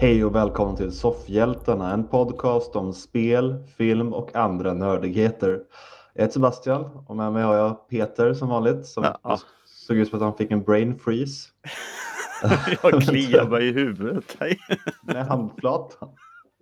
Hej och välkommen till Soffhjältarna, en podcast om spel, film och andra nördigheter. Jag heter Sebastian och med mig har jag Peter som vanligt som Ja, såg ut som att han fick en brain freeze jag kliar mig i huvudet. Nej. med handflatan.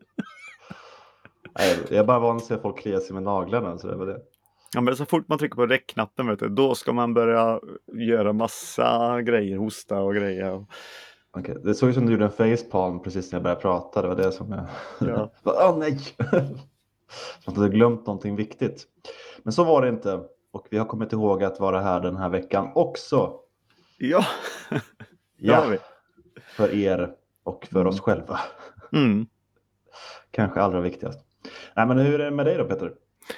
Nej, jag är bara van att se folk klia sig med naglarna så det var det. Ja, men så fort man trycker på räckknappen, vet du, då ska man börja göra massa grejer, hosta och grejer. Okej, det såg ut som du gjorde en facepalm precis när jag började prata. Det var det som jag... Ja. Åh nej! Som att jag hade glömt någonting viktigt. Men så var det inte. Och vi har kommit ihåg att vara här den här veckan också. Ja, det Ja, har vi. för er och för oss själva. Mm. Kanske allra viktigast. Nej, men hur är det med dig då, Peter?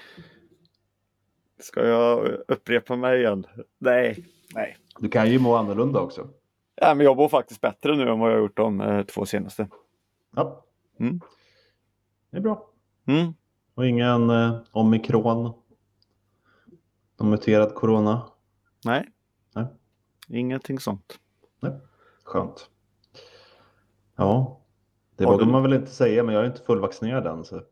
Ska jag upprepa mig igen? Nej. Du kan ju må annorlunda också. Ja, men jag mår faktiskt bättre nu än vad jag har gjort de 2 senaste. Ja, Mm. det är bra. Mm. Och ingen omikron. Någon muterad corona. Nej, Nej, ingenting sånt. nej. Skönt. Ja, det Har vågar du? man väl inte säga, men jag är inte fullvaccinerad än. Så.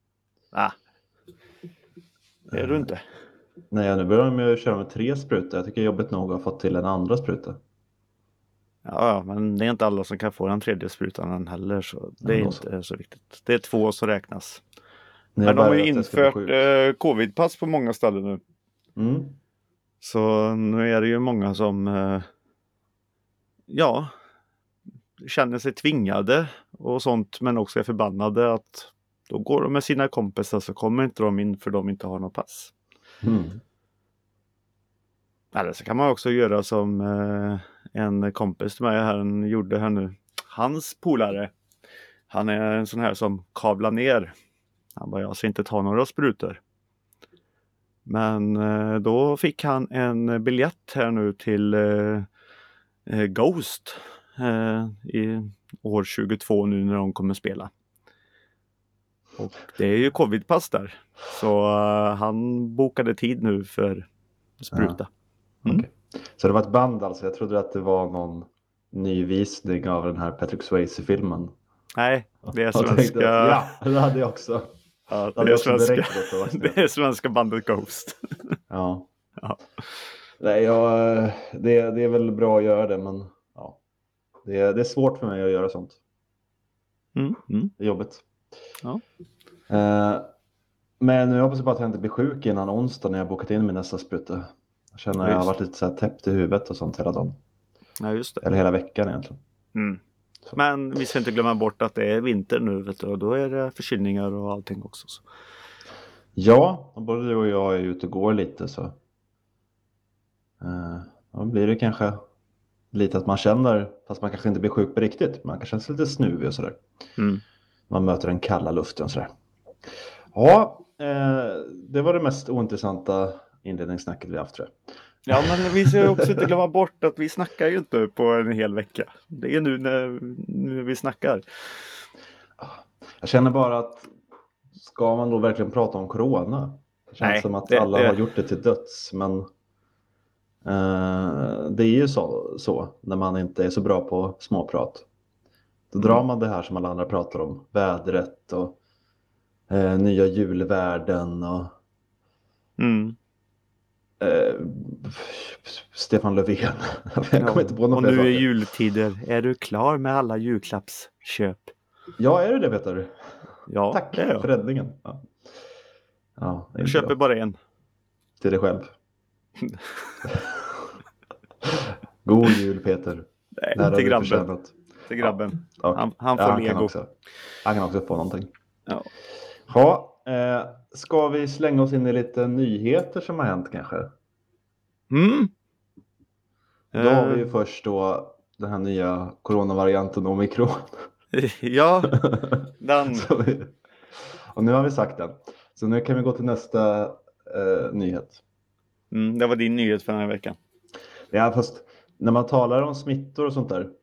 Det är du inte. Nej, nu börjar de ju köra med 3 sprutor. Jag tycker det är jobbigt nog att ha fått till en andra spruta. Ja, men det är inte alla som kan få den 3:e sprutan än heller, så det är inte så viktigt. Det är 2 som räknas. Men de har ju infört covidpass på många ställen nu. Mm. Så nu är det ju många som känner sig tvingade och sånt, men också är förbannade att då går de med sina kompisar så kommer inte de in för de inte har något pass. Mm. Eller så kan man också göra som en kompis till mig här gjorde här nu. Hans polare, han är en sån här som kablar ner. Han bara, jag ska inte ta några sprutor. Men då fick han en biljett här nu till Ghost i år 22 nu när de kommer spela. Och det är ju covidpass där. Så han bokade tid nu för spruta. Mm. Okay. Så det var ett band alltså? Jag trodde att det var någon ny visning av den här Patrick Swayze-filmen. Nej, det är svenska... Ja, det hade jag också. Ja, det är svenska bandet Ghost. Ja. Nej, det är väl bra att göra det, men ja. Det är svårt för mig att göra sånt. Det är jobbigt. Ja. Men nu hoppas jag bara att jag inte blir sjuk innan onsdag när jag bokat in min nästa spruta. Jag känner att jag har varit lite så här täppt i huvudet och sånt hela dagen. Ja, just det. Eller hela veckan egentligen. Men vi ska inte glömma bort att det är vinter nu, vet du, och då är det förkylningar och allting också. Så. Ja, både du och jag är ute och går lite så. Då blir det kanske lite att man känner, fast man kanske inte blir sjuk på riktigt. Man kanske känns lite snuvig och sådär. Man möter den kalla luften och sådär. Ja, det var det mest ointressanta inledningssnacket vi haft, tror jag. Ja, men vi ska också inte glömma bort att vi snackar ju inte på en hel vecka. Det är nu när vi snackar. Jag känner bara att ska man då verkligen prata om corona? Det känns som att alla har gjort det till döds, men det är ju så när man inte är så bra på småprat. Då drar man det här som alla andra pratar om. Vädret och nya julvärden och Stefan Löfven. Jag kommer inte på något. Och nu är jultider. Är du klar med alla julklappsköp? Ja, är det Peter? Ja, tack för räddningen. Ja, jag köper bara en. Till dig själv. God jul Peter. Nej, till grabben. Till grabben. Ja. Han får Lego. Han kan också få någonting. Ja. Ska vi slänga oss in i lite nyheter som har hänt kanske? Då har vi ju först då den här nya coronavarianten omikron. Ja, den. Och nu har vi sagt den. Så nu kan vi gå till nästa nyhet. Det var din nyhet för den här veckan. Ja, fast när man talar om smittor och sånt där.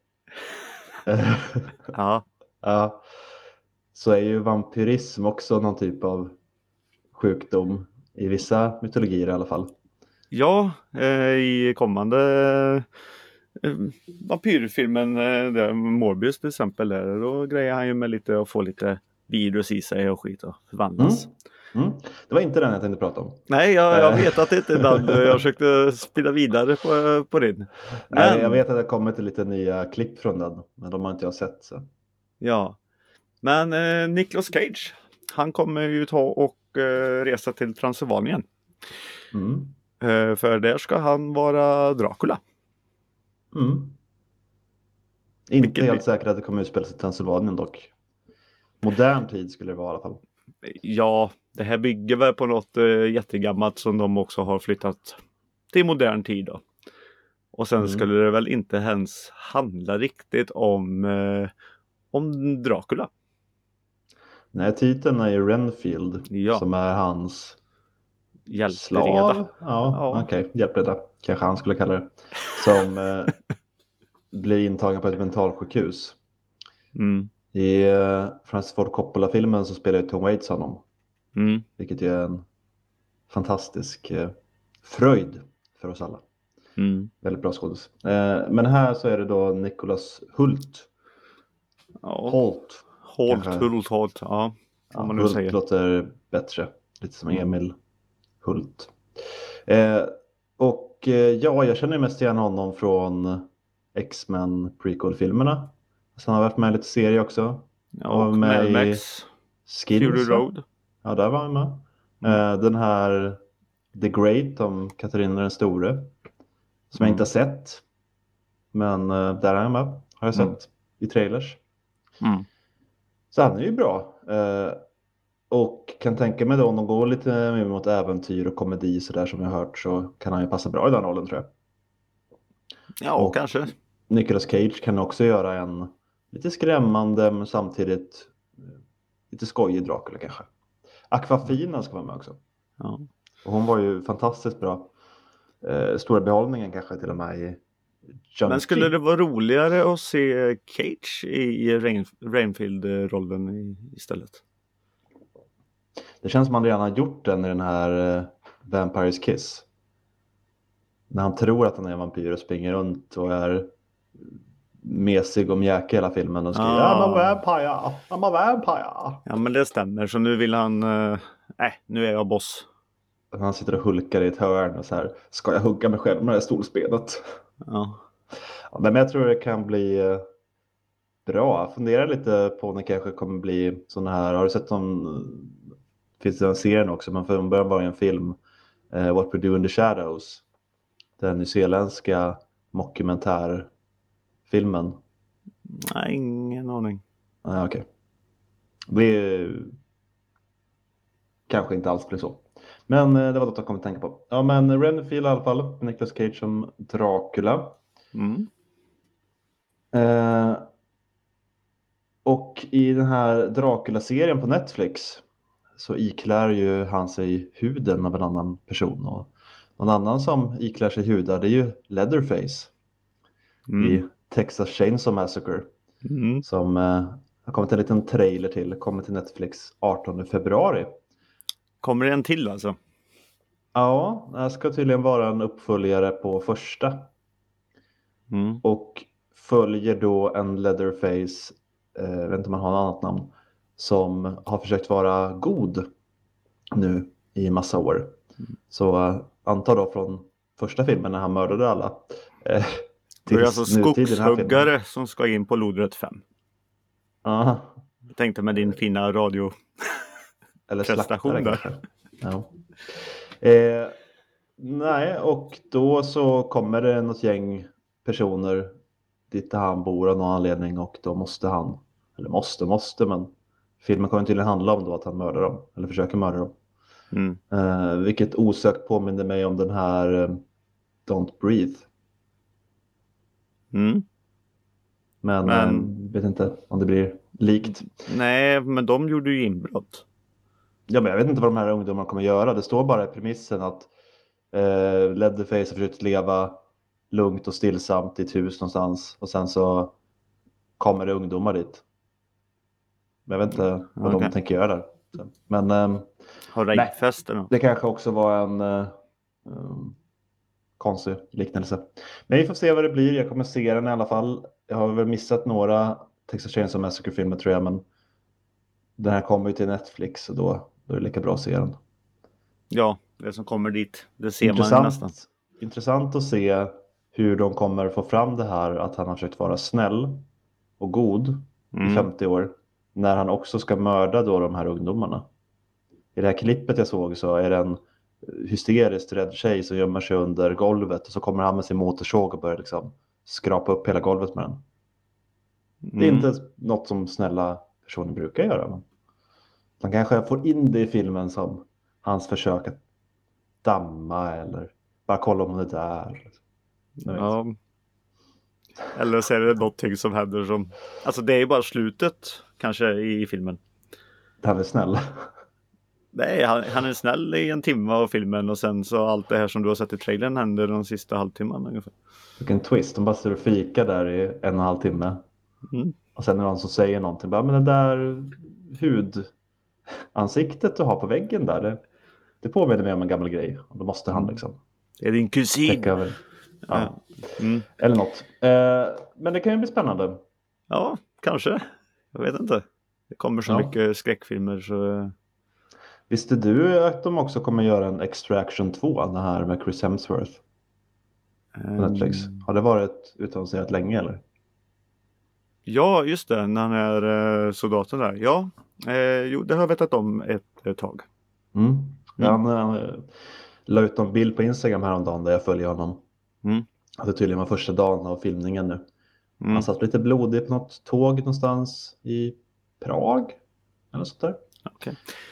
Ja, så är ju vampyrism också någon typ av sjukdom i vissa mytologier i alla fall. Ja, i kommande vampyrfilmen där Morbius till exempel där, då grejer han ju med lite att få lite virus i sig och skit och förvandlas. Det var inte den jag tänkte prata om. Nej, jag vet att det inte är den. Jag försökte spela vidare på din. Men... Jag vet att det har kommit lite nya klipp från den, men de har inte jag sett. Så. Ja, men Nicolas Cage, han kommer ju ta och resa till Transylvanien. För där ska han vara Dracula. Inte helt säkert att det kommer utspela sig i Transylvanien dock. Modern tid skulle det vara i alla fall. Ja, det här bygger väl på något jättegammalt som de också har flyttat till modern tid då. Och sen skulle det väl inte ens handla riktigt om Dracula. Nej, titeln är ju Renfield som är hans hjälpreda. Ja. Okej. Hjälpreda. Kanske han skulle kalla det. Som blir intagen på ett mentalsjukhus. I Francis Ford Coppola-filmen så spelar ju Tom Waits honom. Vilket är en fantastisk fröjd för oss alla. Väldigt bra skådis. Men här så är det då Nicholas Hult. Holt. Hult. Ja, man nu Hult säger. Låter bättre. Lite som Emil Hult. Jag känner mest igen honom från X-Men prequel-filmerna. Sen har han varit med i lite serie också. Ja, och Mad Max. Fury Road. Ja, där var han med. Den här The Great om Katarina den store. Som jag inte har sett. Men där är han med. Har jag sett i trailers. Så han är ju bra. Och kan tänka mig då om de går lite mer mot äventyr och komedi så där som jag har hört, så kan han ju passa bra i den rollen tror jag. Ja, och kanske. Nicolas Cage kan också göra en lite skrämmande men samtidigt lite skojig Dracula kanske. Aquafina ska vara med också. Ja. Och hon var ju fantastiskt bra. Stora behållningen kanske till och med i Junkie. Men skulle det vara roligare att se Cage i Renfield-rollen istället? Det känns som man redan har gjort den i den här Vampire's Kiss. När han tror att han är en vampyr och springer runt och är mesig och mjäkig hela filmen och skriver I'm a vampire. Ja, men det stämmer. Så nu vill han nu är jag boss. Han sitter och hulkar i ett hörn och så här, ska jag hugga mig själv med det här stolsbenet? Ja. Men jag tror det kan bli bra. Jag funderar lite på om det kanske kommer bli sån här, har du sett finns det en serien också, men från början var det en film, What We Do in the Shadows. Den nyzeeländska mockumentärfilmen. Nej, ingen aning. Nej, okej. Det kanske inte alls blir så. Men det var något jag kom att tänka på. Ja, men Renfield i alla fall. Nicolas Cage som Dracula. Och i den här Dracula-serien på Netflix så iklär ju han sig huden av en annan person. Och någon annan som iklär sig hudar, det är ju Leatherface i Texas Chainsaw Massacre. Som har kommit en liten trailer till. Kommer till Netflix 18 februari. Kommer det en till alltså? Ja, det ska tydligen vara en uppföljare på första. Och följer då en Leatherface, jag vet inte om han har något annat namn, som har försökt vara god nu i massa år. Så antar då från första filmen när han mördade alla. Det är alltså skogshuggare som ska in på lodrätt 5. Ja. Jag tänkte med din fina radio eller prestation där. Ja. Nej, och då så kommer det något gäng personer dit där han bor av någon anledning, och då måste han, eller måste, men filmen kommer tydligen handla om då att han mördar dem, eller försöker mörda dem. Vilket osökt påminner mig om den här Don't Breathe. Men vet inte om det blir likt. Nej, men de gjorde ju inbrott. Ja, men jag vet inte vad de här ungdomarna kommer göra. Det står bara i premissen att Leatherface har försökt leva lugnt och stillsamt i ett hus någonstans. Och sen så kommer det ungdomar dit. Men jag vet inte vad de tänker göra där. Men har rejfesten då? Det kanske också var konstig liknelse. Men vi får se vad det blir. Jag kommer se den i alla fall. Jag har väl missat några Texas Chainsaw Massacre-filmer tror jag, men den här kommer ju till Netflix och då är det lika bra att se den. Ja, det som kommer dit. Det ser man nästan. Intressant att se hur de kommer få fram det här att han har försökt vara snäll och god i 50 år. När han också ska mörda då de här ungdomarna. I det här klippet jag såg så är det en hysteriskt rädd tjej som gömmer sig under golvet och så kommer han med sin motorsåg och börjar liksom skrapa upp hela golvet med den. Det är inte något som snälla personer brukar göra. Men man kanske får in det i filmen som hans försök att damma eller bara kolla om hon är där. Ja. Eller så är det någonting som händer som... Alltså det är ju bara slutet kanske i filmen. Han är snäll. Nej, han är snäll i en timme av filmen och sen så allt det här som du har sett i trailern händer de sista halvtimman ungefär. Vilken twist, de bara står och fika där i 1,5 timme. Och sen är det någon som säger någonting. Bara, men det där hudansiktet du har på väggen där, det påminner mig om en gammal grej. Och då måste han liksom... Det är din kusin. Ja. Eller något. Men det kan ju bli spännande. Ja, kanske. Jag vet inte. Det kommer så mycket skräckfilmer så... Visste du att de också kommer göra en Extraction 2, den här med Chris Hemsworth? På Netflix. Har det varit utannonserat länge eller? Ja, just det. När han är soldaten där. Ja, jo, det har jag vetat om ett tag. Han la ut en bild på Instagram häromdagen där jag följer honom. Att det tydligen var första dagen av filmningen nu. Han satt lite blodig på något tåg någonstans i Prag. Eller sånt där. Okay.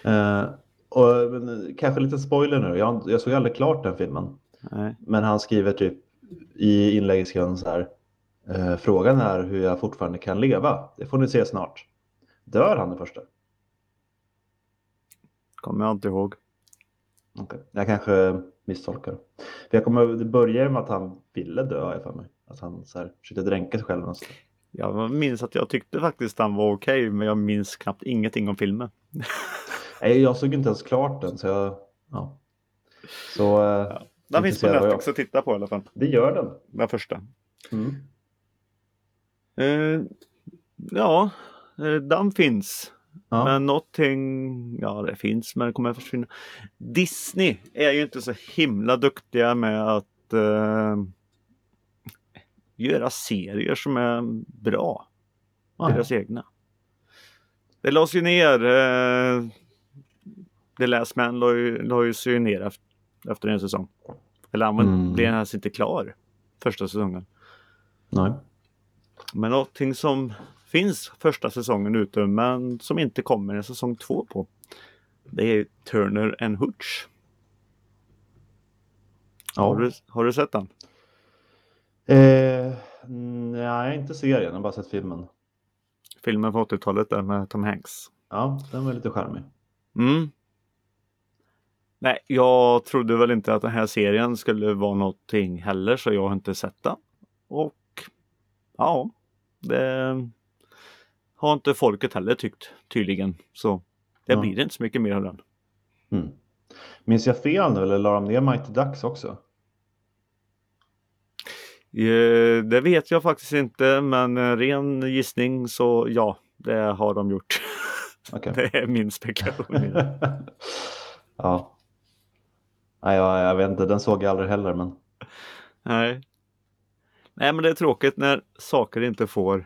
Men kanske lite spoiler nu. Jag såg aldrig klart den filmen. Nej. Men han skriver typ i inlägget så här. Frågan är hur jag fortfarande kan leva. Det får ni se snart. Dör han det första? Kommer jag inte ihåg. Okay. Jag kanske misstolkar. För det börjar med att han ville dö för mig. Att han så här, försökte dränka sig själv. Jag minns att jag tyckte faktiskt han var okej, men jag minns knappt ingenting om filmen. Nej, jag såg inte ens klart den. Så jag, Den finns på Netflix att titta på i alla fall. Det gör den. Den första. Den finns. Ja. Men någonting, det finns, men det kommer att försvinna. Disney är ju inte så himla duktiga med att göra serier som är bra. Deras egna. Det lades ju ner. The Last Man lades ju ner efter en säsong. Eller han blev ens inte klar första säsongen. Nej. Men någonting som finns första säsongen ute men som inte kommer en säsong 2 på. Det är Turner and Hooch. Ja. Har du sett den? Nej, inte serien. Jag har bara sett filmen. Filmen på 80-talet där med Tom Hanks. Ja, den var lite charmig. Nej, jag trodde väl inte att den här serien skulle vara någonting heller så jag har inte sett den. Och det har inte folket heller tyckt tydligen. Så det blir inte så mycket mer av den. Minns jag fel nu eller la de ner Mighty Ducks också? Det vet jag faktiskt inte men ren gissning så ja, det har de gjort. Okay. Det är min spekulation. Ja. Nej, jag vet inte, den såg jag aldrig heller men... Nej, men det är tråkigt när saker inte får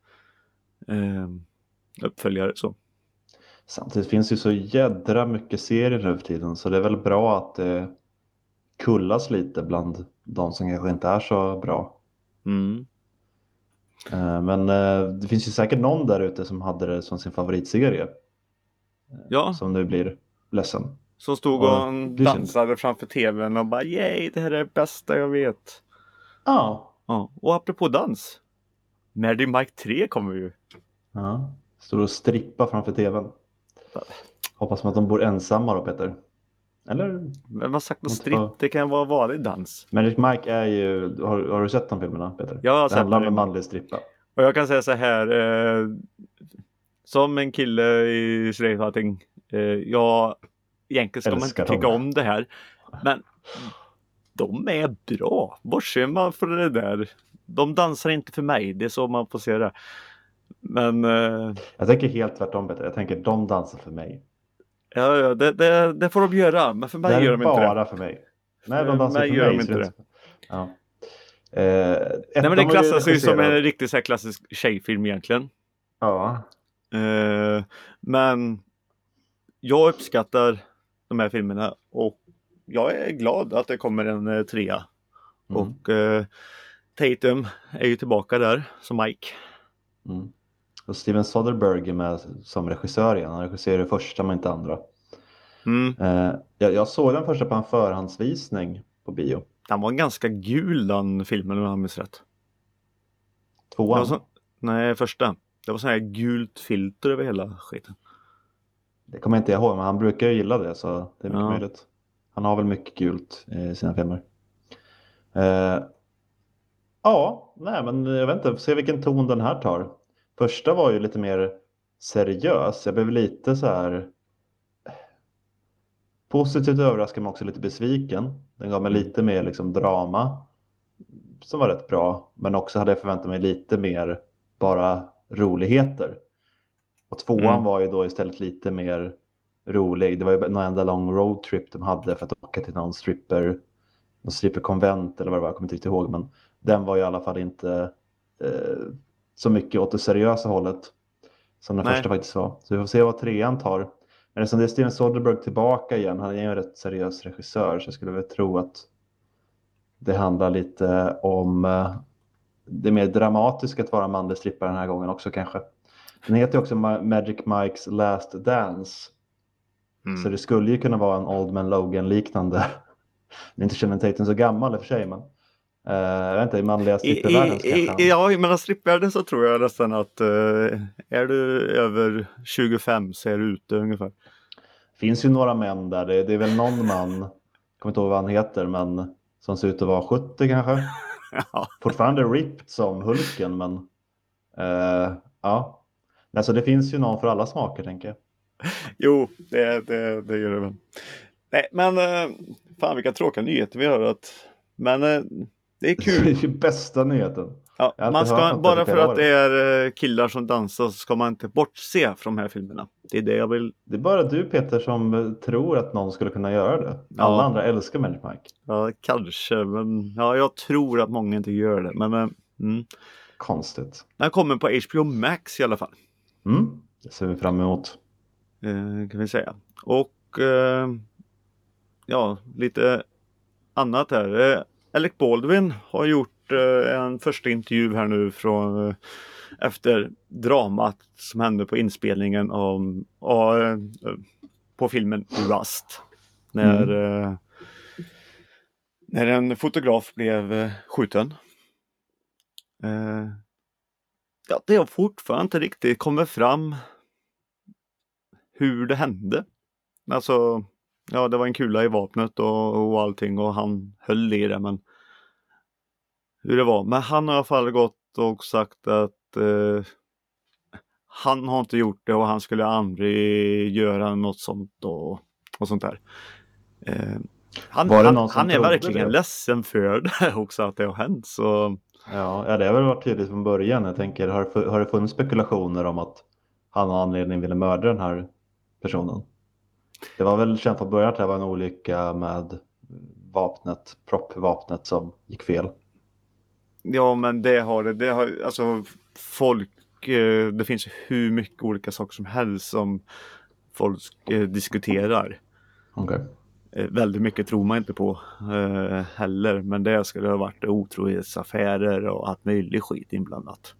uppföljare så. Samtidigt finns ju så jädra mycket serier nu för tiden så det är väl bra att det kullas lite bland de som kanske inte är så bra. Men det finns ju säkert någon där ute som hade det som sin favoritserie. Som nu blir ledsen. Som stod och dansade framför tvn och bara yay, det här är det bästa jag vet. Ja. Och apropå dans. Magic Mike 3 kommer ju. Ja. Står och strippa framför tvn. Hoppas man att de bor ensamma då, Peter. Eller? Men vad sagt om stripp? Det kan vara vanlig dans. Magic Mike är ju... Har du sett de filmerna, Peter? Jag har sett. Det handlar om manlig strippa. Och jag kan säga så här. Som en kille i Sreifating. Jag egentligen ska man inte tycka om det här. Men de är bra. Bortser man från det där. De dansar inte för mig. Det är så man får se det. Men... Jag tänker helt tvärtom, Peter. Jag tänker de dansar för mig. Ja, det får de göra. Men för mig gör de inte det. Det är bara för mig. Nej, de dansar mig för gör mig. de inte det. Ja. Nej, men det klassas ju som en riktigt så här klassisk tjejfilm egentligen. Ja. Men jag uppskattar de här filmerna och jag är glad att det kommer en 3. Och Tatum är ju tillbaka där som Mike. Och Steven Soderbergh är med som regissör igen. Han regisserar det första men inte andra. Jag såg den första på en förhandsvisning på bio. Den var ganska gul den filmen om jag minns rätt. 2:an? Nej, första. Det var så här gult filter över hela skiten. Det kommer jag inte ihåg, men han brukar ju gilla det så det är mycket möjligt. Han har väl mycket gult i sina filmer. Nej men jag vet inte, se vilken ton den här tar. Första var ju lite mer seriös. Jag blev lite så här positivt överraskad men också lite besviken. Den gav mig lite mer liksom drama som var rätt bra, men också hade jag förväntat mig lite mer bara roligheter. Och 2:an var ju då istället lite mer rolig. Det var ju en enda lång roadtrip de hade för att åka till någon stripperkonvent eller vad det var, jag kommer inte riktigt ihåg, men den var i alla fall inte så mycket åt det seriösa hållet som den första faktiskt var. Så vi får se vad 3:an tar. Men eftersom det är Steven Soderbergh tillbaka igen, han är ju en rätt seriös regissör, så jag skulle väl tro att det handlar lite om det mer dramatiska att vara manlig strippare den här gången också kanske. Den heter ju också Magic Mike's Last Dance. Så det skulle ju kunna vara en Old Man Logan-liknande. Det är inte Channing Tatum så gammal i och för sig, men jag vet inte, i manliga strippervärlden kanske. Ja, i manliga strippervärlden så tror jag nästan att är du över 25 så är du ute ungefär. Det finns ju några män där. Det är väl någon man, jag kommer inte ihåg vad han heter, men som ser ut att vara 70 kanske. Ja. Fortfarande ripped som Hulken, men ja. Alltså det finns ju någon för alla smaker, tänker jag. Jo, det gör det väl. Nej, men fan vilka tråkiga nyheter vi har. Men det är kul. Det är ju bästa nyheten. Ja, man ska, bara för att det är killar som dansar så ska man inte bortse från de här filmerna. Det är det jag vill. Det är bara du, Peter, som tror att någon skulle kunna göra det. Alla andra älskar Magic Mike. Ja, kanske. Men ja, jag tror att många inte gör det. Men konstigt. Den kommer på HBO Max i alla fall. Det ser vi fram emot. Kan vi säga. Och ja, lite annat här. Alec Baldwin har gjort en första intervju här nu från efter dramat som hände på inspelningen på filmen Rust. När en fotograf blev skjuten. Ja, det har fortfarande inte riktigt kommit fram hur det hände. Alltså, ja, det var en kula i vapnet och allting och han höll i det, men hur det var. Men han har i alla fall gått och sagt att han har inte gjort det och han skulle aldrig göra något sånt och sånt där. Han är verkligen ledsen för det också att det har hänt. Så... Ja, det har väl varit tydligt från början. Jag tänker, har det funnits spekulationer om att han av anledning ville mörda den här personen? Det var väl känt från början att det var en olycka med proppvapnet som gick fel. Ja, men det har alltså folk, det finns hur mycket olika saker som helst som folk diskuterar. Okej. Väldigt mycket tror man inte på heller, men det skulle ha varit otrohetsaffärer och allt möjligt skit inblandat.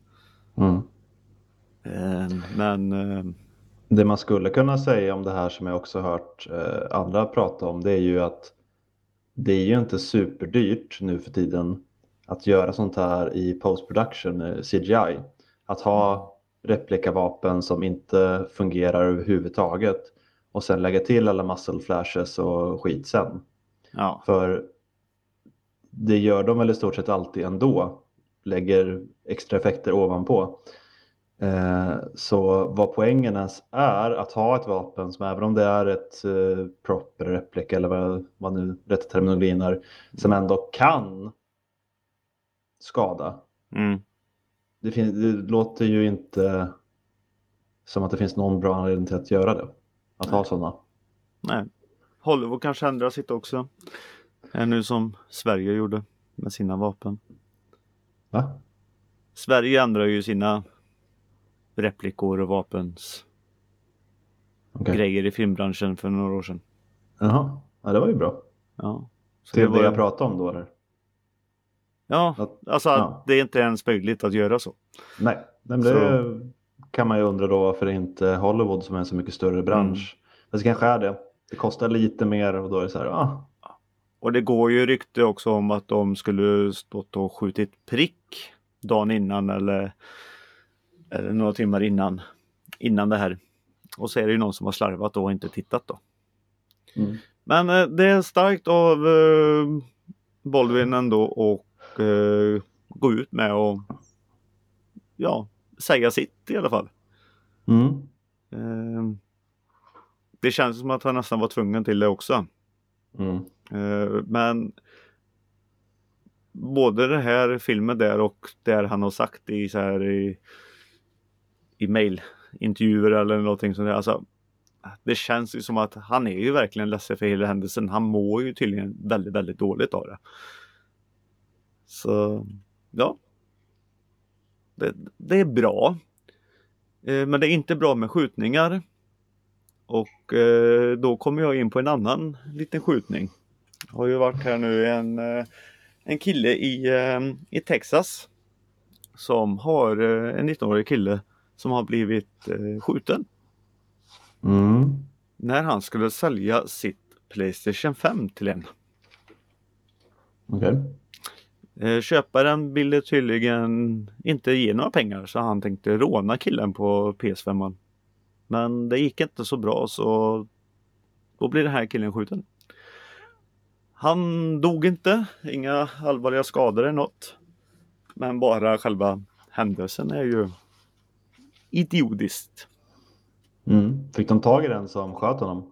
Men det man skulle kunna säga om det här som jag också hört andra prata om, det är ju att det är ju inte superdyrt nu för tiden att göra sånt här i post-production, CGI. Att ha replikavapen som inte fungerar överhuvudtaget och sen lägga till alla muscle flashes och skit sen. Ja. För det gör de väl i stort sett alltid ändå. Lägger extra effekter ovanpå. Så vad poängen ens är att ha ett vapen som även om det är ett prop eller replika eller vad nu rätt terminologin är, som ändå kan skada. Det låter ju inte som att det finns någon bra anledning till att göra det. Att ha sådana. Nej. Hollywood kanske ändrar sitt också. Nu som Sverige gjorde med sina vapen. Va? Sverige ändrar ju sina replikor och vapens grejer i filmbranschen för några år sedan. Jaha, ja, det var ju bra. Ja. Så till det jag pratade om då eller? Ja, alltså det är inte ens möjligt att göra så. Nej, men det kan man ju undra då varför det inte är Hollywood som är en så mycket större bransch. Men det kanske är det. Det kostar lite mer och då är det så här, Och det går ju rykte också om att de skulle stått och skjutit prick dagen innan eller några timmar innan det här. Och så är det ju någon som har slarvat och inte tittat då. Men det är starkt av Baldwin ändå och gå ut med och säga sitt i alla fall. Det känns som att han nästan var tvungen till det också. Men både det här filmen där och där han har sagt i så här i mailintervjuer eller någonting sånt där, alltså det känns ju som att han är ju verkligen ledsen för hela händelsen. Han mår ju tydligen väldigt, väldigt dåligt av det. Så ja, det är bra. Men det är inte bra med skjutningar. Och då kommer jag in på en annan liten skjutning. Jag har ju varit här nu en kille i Texas som har en 19-årig kille som har blivit skjuten. När han skulle sälja sitt PlayStation 5 till en. Köparen ville tydligen inte ge några pengar så han tänkte råna killen på PS5. Men det gick inte så bra så då blir den här killen skjuten. Han dog inte, inga allvarliga skador eller något. Men bara själva händelsen är ju idiotiskt. Fick de tag i den som sköt honom?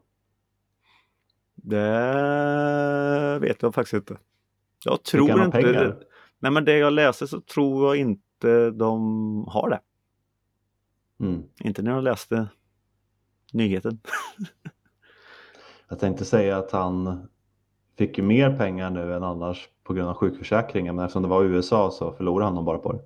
Det vet jag faktiskt inte. Jag tror inte pengar? Nej, men det jag läser så tror jag inte de har det. Inte när jag läste nyheten. Jag tänkte säga att han fick ju mer pengar nu än annars på grund av sjukförsäkringen. Men eftersom det var i USA så förlorade han dem bara på det.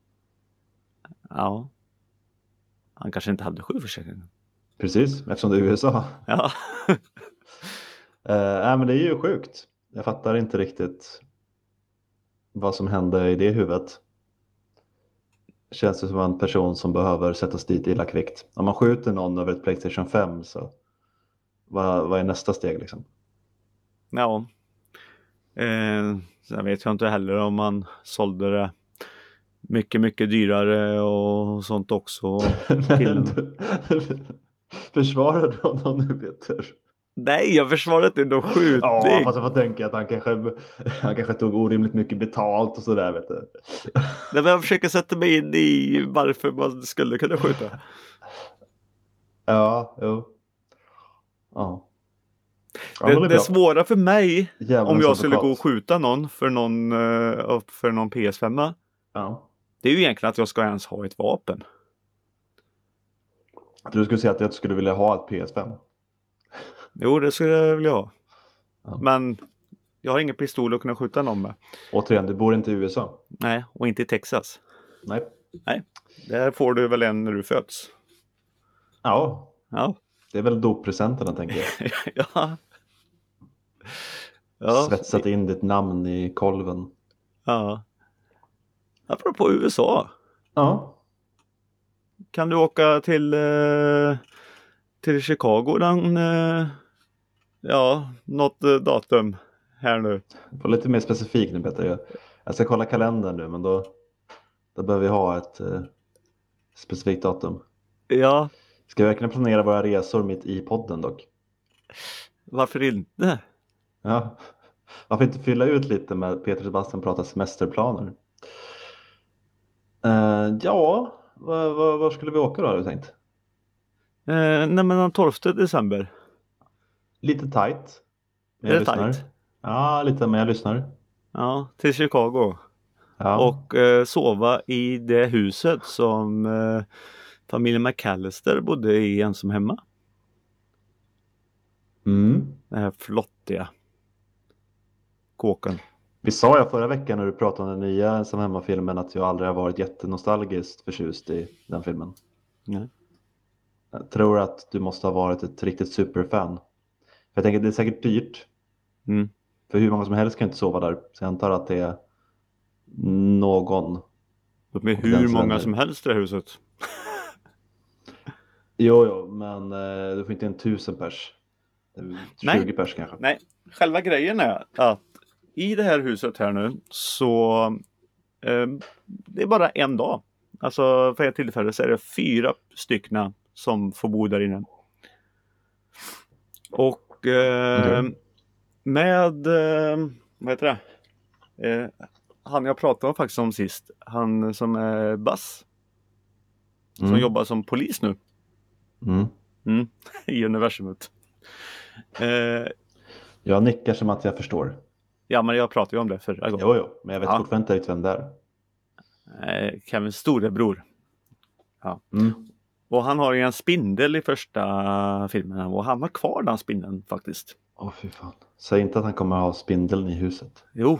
Ja. Han kanske inte hade sjukförsäkring. Precis, eftersom det är i USA. Ja. Men det är ju sjukt. Jag fattar inte riktigt vad som hände i det huvudet. Känns det som en person som behöver sättas dit illa kvickt. Om man skjuter någon över ett PlayStation 5 så vad är nästa steg liksom? Ja. Sen vet jag inte heller om man sålde det mycket, mycket dyrare och sånt också. Försvarar du honom nu, Peter? Nej, jag försvarar inte någon skjutning. Ja, fast jag får tänka att han kanske tog orimligt mycket betalt och sådär, vet du. Nej, men jag försöker sätta mig in i varför man skulle kunna skjuta. Ja, jo. Ja. Det svåra för mig om jag skulle gå och skjuta någon för någon PS5. Ja. Det är ju egentligen att jag ska ens ha ett vapen. Du skulle säga att jag skulle vilja ha ett PS5? Jo, det skulle jag vilja ha. Ja. Men jag har ingen pistol att kunna skjuta någon med. Återigen, du bor inte i USA? Nej, och inte i Texas. Nej. Där får du väl en när du föds. Ja. Ja. Det är väl doppresenterna, tänker jag. Ja. Svetsat in ditt namn i kolven. Ja. Apropå USA. Ja. Kan du åka till Chicago något datum här nu? Var lite mer specifik nu, Peter. Jag ska kolla kalendern nu, men då behöver vi ha ett specifikt datum. Ja. Ska vi verkligen planera våra resor mitt i podden dock? Varför inte? Ja. Varför inte fylla ut lite med Peter Sebastian pratar semesterplaner? Ja, Var skulle vi åka då, har du tänkt? Nej, men den 12 december. Lite tight. Men Är jag det lyssnar. tight? Ja, lite, men jag lyssnar. Ja, till Chicago. Ja. Och sova i det huset som familjen McAllister bodde i ensam hemma. Mm. Den här flottiga kåken. Vi sa jag förra veckan när du pratade om den nya ensam hemma-filmen att jag aldrig har varit jättenostalgiskt förtjust i den filmen. Nej. Jag tror att du måste ha varit ett riktigt superfan. För jag tänker att det är säkert dyrt. Mm. För hur många som helst kan inte sova där. Så jag antar att det är någon. De är Och hur dens många vänner. som helst i det här huset. Jo, men du får inte en 1000 pers. 20 Nej. pers kanske. Nej, själva grejen är att i det här huset här nu så det är bara en dag. Alltså för ett tillfälle så är det 4 stycken som får bo där inne. Och Okej. med vad heter det? Han jag pratade faktiskt om sist, han som är Buzz, som jobbar som polis nu i universumet. Jag nickar som att jag förstår. Ja, men jag pratade ju om det förra gången. Jo, men jag vet fortfarande inte riktigt vem det är. Kevins storebror. Ja. Och han har ju en spindel i första filmen och han har kvar den spindeln faktiskt. Fy fan. Säg inte att han kommer ha spindeln i huset. Jo.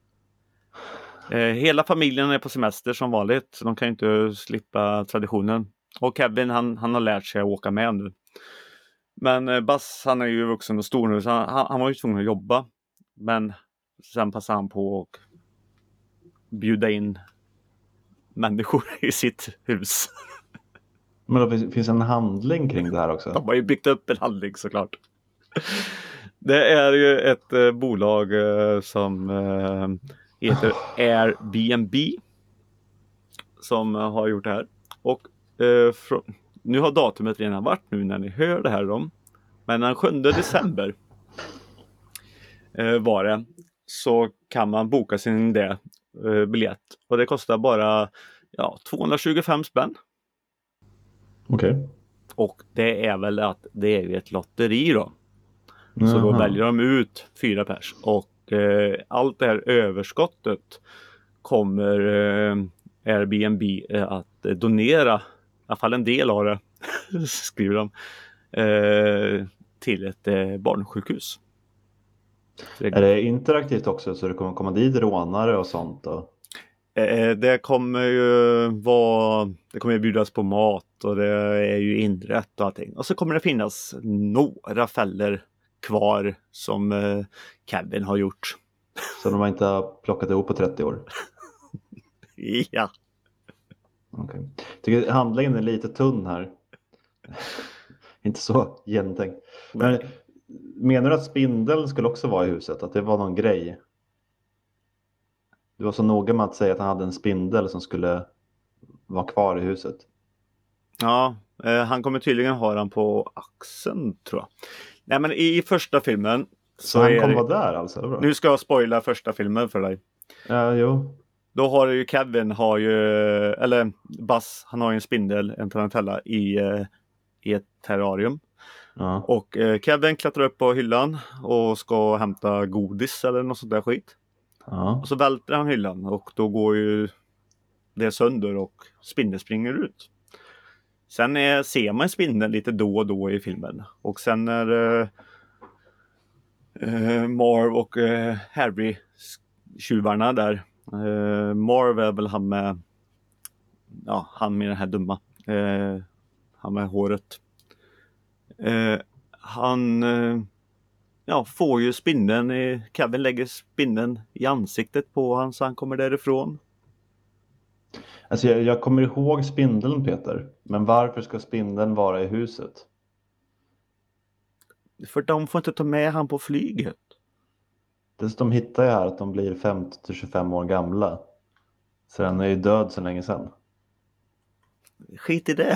Hela familjen är på semester som vanligt. De kan ju inte slippa traditionen. Och Kevin han har lärt sig att åka med nu. Men Buzz han är ju vuxen och stor nu så han var ju tvungen att jobba. Men sen passade han på att bjuda in människor i sitt hus. Men det finns en handling kring det här också. De har ju byggt upp en handling såklart. Det är ju ett bolag som heter Airbnb som har gjort det här. Och nu har datumet redan varit nu när ni hör det här om. Men den 7 december var det, så kan man boka sin biljett. Och det kostar bara 225 spänn. Okej. Och det är väl att det är ju ett lotteri då. Så då väljer de ut 4 pers. Och allt det här överskottet kommer Airbnb att donera, i alla fall en del av det, skriver de, till ett barnsjukhus. Är det interaktivt också så det kommer komma dit rånare och sånt då? Det kommer ju bjudas på mat och det är ju inrätt och allting. Och så kommer det finnas några fällor kvar som Kevin har gjort. Så de har inte plockat ihop på 30 år? Ja. Okej. Tycker handlingen är lite tunn här. Inte så genomtänkt. Men menar du att spindeln skulle också vara i huset? Att det var någon grej? Du var så noga med att säga att han hade en spindel som skulle vara kvar i huset. Ja, han kommer tydligen ha den på axeln tror jag. Nej, men i första filmen så han kommer vara där alltså? Bra. Nu ska jag spoila första filmen för dig. Ja, jo. Då har ju Kevin eller Buzz, han har ju en spindel, en tarantella i ett terrarium. Ja. Och Kevin klättrar upp på hyllan och ska hämta godis eller något sånt där skit. Ja. Och så välter han hyllan och då går ju det sönder och spindeln springer ut. Sen ser man spindeln lite då och då i filmen. Och sen när Marv och Harry, tjuvarna där. Marv är väl han med den här dumma. Han med håret. Han får ju spindeln. Kevin lägger spindeln i ansiktet på han så han kommer därifrån. Alltså jag kommer ihåg spindeln, Peter. Men varför ska spindeln vara i huset? För de får inte ta med han på flyget. Dessutom hittar jag här att de blir 50-25 år gamla. Så den är ju död så länge sedan. Skit i det.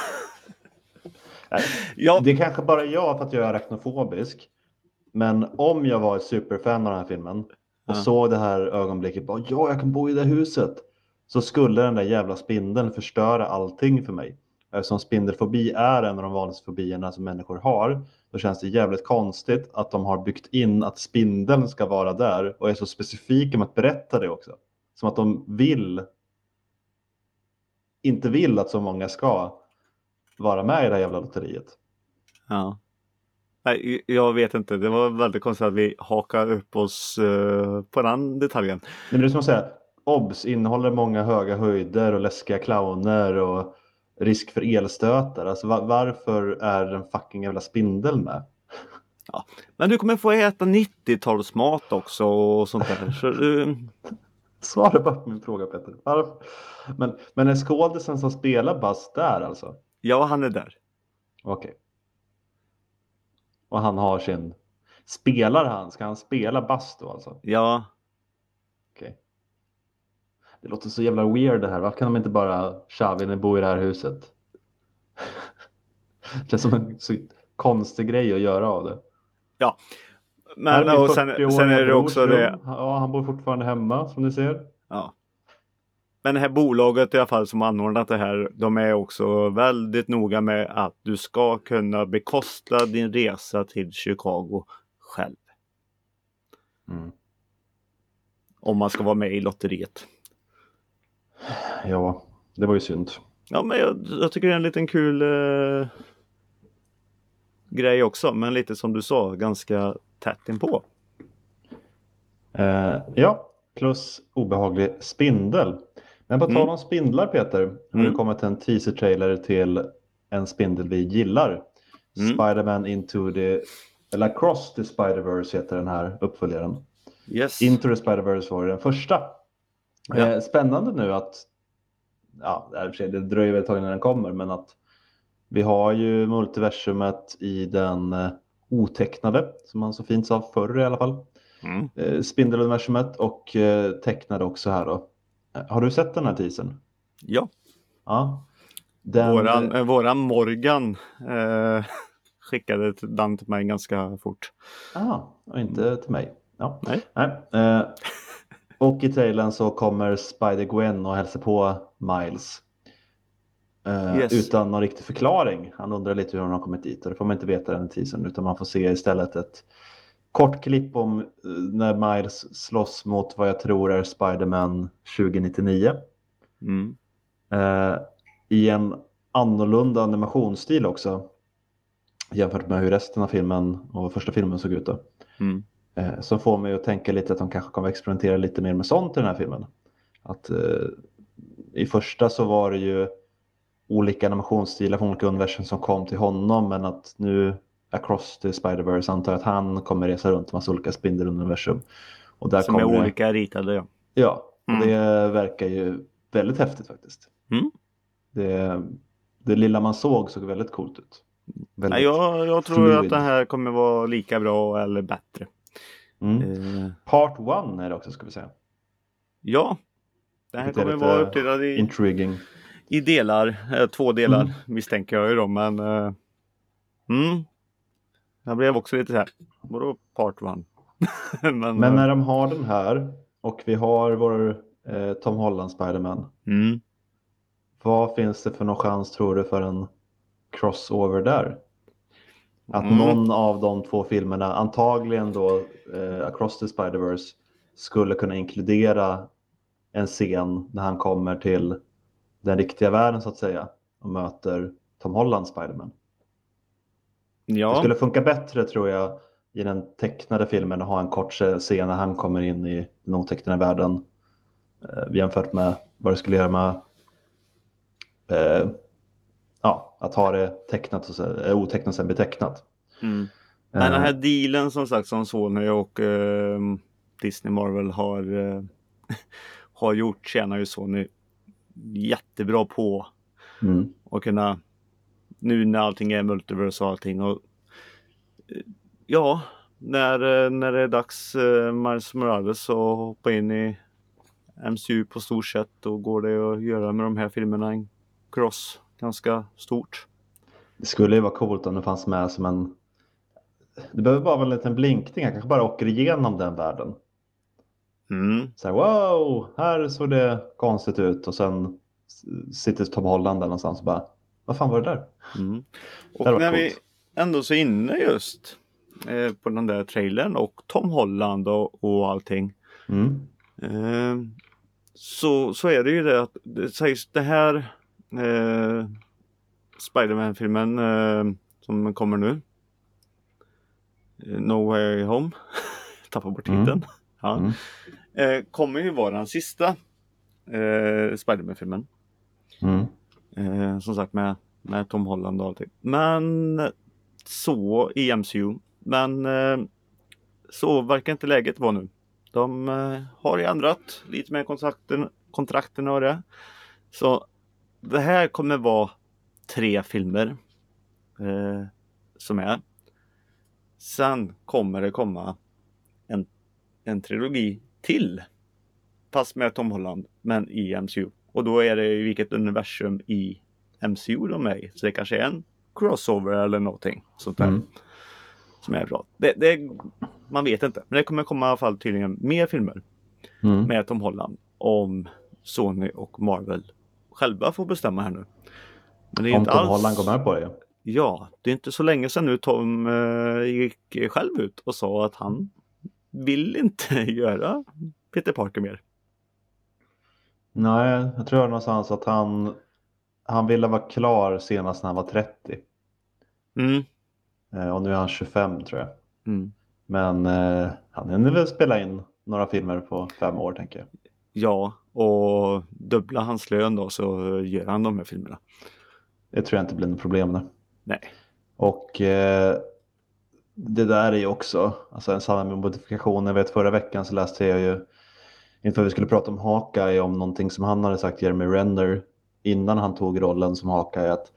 Det är kanske bara jag för att jag är arachnofobisk. Men om jag var ett superfan av den här filmen och såg det här ögonblicket, bara, jag kan bo i det huset. så skulle den där jävla spindeln förstöra allting för mig. Eftersom spindelfobi är en av de vanligaste fobierna som människor har, då känns det jävligt konstigt att de har byggt in att spindeln ska vara där och är så specifika med att berätta det också. Som att de inte vill att så många ska vara med i det här jävla lotteriet. Ja. Nej, jag vet inte. Det var väldigt konstigt att vi hakar upp oss på den detaljen. Men det är som att säga, OBS innehåller många höga höjder och läskiga clowner och risk för elstötar. Alltså varför är den fucking jävla spindeln med? Ja. Men du kommer få äta 90-talsmat också och sånt där. Så, Svara bara på min fråga, Peter. Varför? Men är skådisen som spelar Buzz där alltså? ja, han är där. Okej. Och han har sin... Spelar han? Ska han spela Buzz då alltså? Ja. Okej. Det låter så jävla weird det här. Varför kan de inte bara Xavi bo i det här huset? Det känns som en så konstig grej att göra av det. Ja. Här Men är min och sen är det också det. Ja, han bor fortfarande hemma som ni ser. Ja. Men det här bolaget i alla fall som anordnat det här, de är också väldigt noga med att du ska kunna bekosta din resa till Chicago själv. Mm. Om man ska vara med i lotteriet. Ja, det var ju synd. Ja, men jag tycker det är en liten kul grej också. Men lite som du sa, ganska tätt inpå. Ja, plus obehaglig spindel. Men på tal om spindlar, Peter, har det kommit en teaser-trailer till en spindel vi gillar. Spider-Man eller Across the Spider-Verse heter den här uppföljaren. Yes. Into the Spider-Verse var den första. Ja. Spännande nu att, det dröjer väl ett tag innan den kommer, men att vi har ju multiversumet i den otecknade, som man så fint sa förr i alla fall. Spindeluniversumet och tecknade också här då. Har du sett den här teasern? Ja. Ja. Våran Morgan skickade den till mig ganska fort. Och inte till mig. Ja. Nej. Och i trailern så kommer Spider-Gwen och hälsar på Miles. Utan någon riktig förklaring. Han undrar lite hur hon har kommit dit. Och det får man inte veta den teasern, utan man får se istället ett kort klipp om när Miles slåss mot vad jag tror är Spider-Man 2099. I en annorlunda animationsstil också. Jämfört med hur resten av filmen och första filmen såg ut då. Så får man ju att tänka lite att de kanske kommer experimentera lite mer med sånt i den här filmen. Att i första så var det ju olika animationsstilar från olika universum som kom till honom, men att nu Across the Spider-Verse antar att han kommer resa runt en massa olika spindeluniversum. Och där som är olika ritade, ja. Ja, och det verkar ju väldigt häftigt faktiskt. Det lilla man såg väldigt coolt ut. Väldigt jag tror att det här kommer vara lika bra eller bättre. Part 1 är det också, ska vi säga. Ja, det här kommer vara uppdelad i delar, 2 delar misstänker jag ju då, men jag blev också lite så här, vadå part 1? men när de har den här och vi har vår Tom Holland Spider-Man, vad finns det för någon chans, tror du, för en crossover där? Att någon av de 2 filmerna, antagligen då Across the Spider-Verse, skulle kunna inkludera en scen när han kommer till den riktiga världen så att säga och möter Tom Holland Spider-Man. Ja. Det skulle funka bättre, tror jag, i den tecknade filmen att ha en kort scen när han kommer in i den otecknade världen jämfört med vad det skulle göra med att ha det tecknat och otecknat sen betecknat. Men den här dealen som sagt som Sony och Disney Marvel har gjort, tjänar ju Sony jättebra på att kunna, nu när allting är multiverse och allting, och när det är dags Miles Morales att hoppa in i MCU på stort sätt, då går det att göra med de här filmerna en cross ganska stort. Det skulle ju vara coolt om det fanns med som en... Det behöver bara vara en liten blinkning. Jag kanske bara åker igenom den världen. Så här, wow, här såg det konstigt ut. Och sen sitter Tom Holland där någonstans och bara, vad fan var det där? Och när vi ändå så inne just på den där trailern och Tom Holland och allting. Så är det ju det att det sägs det här Spider-Man-filmen som kommer nu. No Way Home. Tappar bort titeln. Ja. Kommer ju vara den sista Spider-Man-filmen. Som sagt med Tom Holland och allting. Men så i MCU. Men så verkar inte läget vara nu. De har ju ändrat lite med kontrakten och det. Så det här kommer vara 3 filmer som är. Sen kommer det komma en trilogi till. Fast med Tom Holland, men i MCU. Och då är det i vilket universum i MCU de är i. Så det kanske är en crossover eller någonting sånt där. Som är bra. Man vet inte. Men det kommer komma i alla fall tydligen mer filmer med Tom Holland. Om Sony och Marvel själva får bestämma här nu. Men det är om inte Tom alls... Holland går med på det. Ja, det är inte så länge sedan nu Tom gick själv ut och sa att han vill inte göra Peter Parker mer. Nej, jag tror någonstans att han ville vara klar senast när han var 30. Och nu är han 25 tror jag. Men han hinner väl spela in några filmer på 5 år tänker jag. Ja, och dubbla hans lön då så gör han de här filmerna. Det tror jag inte blir något problem nu. Nej. Och det där är ju också alltså en samma med modifikation. Jag vet förra veckan så läste jag ju inför vi skulle prata om Hawkeye om någonting som han hade sagt Jeremy Renner innan han tog rollen som Hawkeye att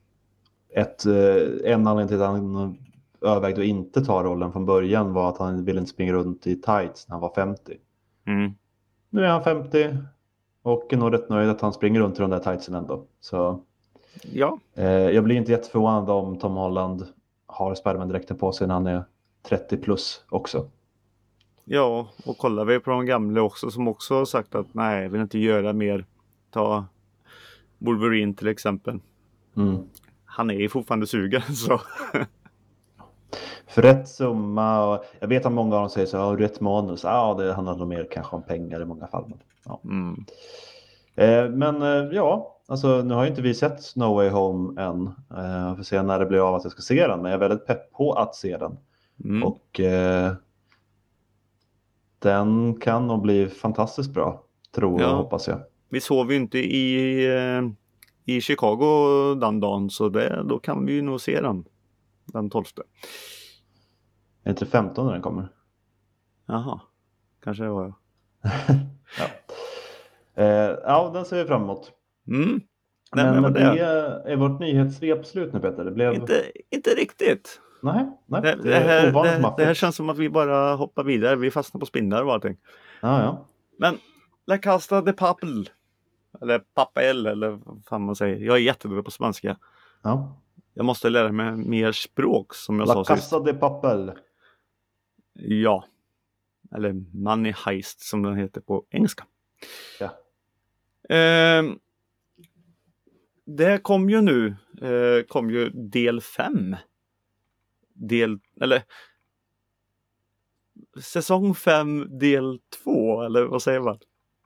en anledning till att han övervägde att inte ta rollen från början var att han ville inte springa runt i tights när han var 50. Nu är han 50 och är nog rätt nöjd att han springer runt i de där tightsen ändå. Så ja. Jag blir inte jätteförvånad om Tom Holland har Spider-Man-dräkten på sig när han är 30 plus också. Ja, och kollar vi på de gamla också som också har sagt att nej, jag vill inte göra mer. Ta Wolverine till exempel. Han är ju fortfarande sugen så. För rätt summa och jag vet att många av dem säger så rätt manus. Det handlar nog mer kanske om pengar i många fall. Men, ja. Men ja, alltså nu har ju inte vi sett No Way Home än. Jag får se när det blir av att jag ska se den. Men jag är väldigt pepp på att se den. Och den kan nog bli fantastiskt bra. Tror jag, hoppas jag. Vi sov ju inte i Chicago den dagen. Så då kan vi ju nog se den 12. Är det inte 15 när den kommer? Jaha, kanske det var jag. Ja, den ser vi fram emot. Men det är vårt nyhetssvep slut nu Peter. Det blev... inte riktigt. Nej. Det här känns som att vi bara hoppar vidare. Vi fastnar på spindlar och allting. Ja. Men La Casa de Papel. Eller Papel eller vad fan man säger. Jag är jättedålig på spanska. Ja. Jag måste lära mig mer språk som jag La sa sist. Casa de Papel. Ja. Eller Money Heist som den heter på engelska. Ja. Det kom ju nu. Kom ju del 5. Säsong 5 del 2. Eller vad säger man?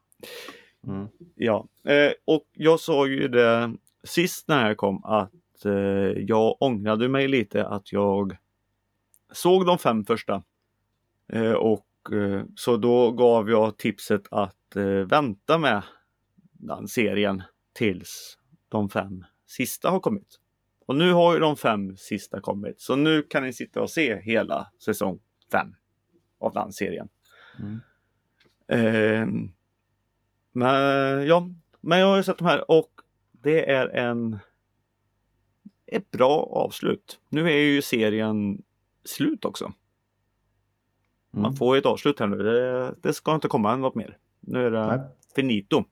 Ja. Och jag sa ju det sist när jag kom att jag ångrade mig lite att jag såg de 5 första. Och så då gav jag tipset att vänta med den serien tills de 5 sista har kommit. Och nu har ju de 5 sista kommit. Så nu kan ni sitta och se hela säsong 5 av den serien. Men jag har ju sett de här och det är ett bra avslut. Nu är ju serien slut också. Man får ju ett avslut här nu. Det ska inte komma något mer. Nu är det finito.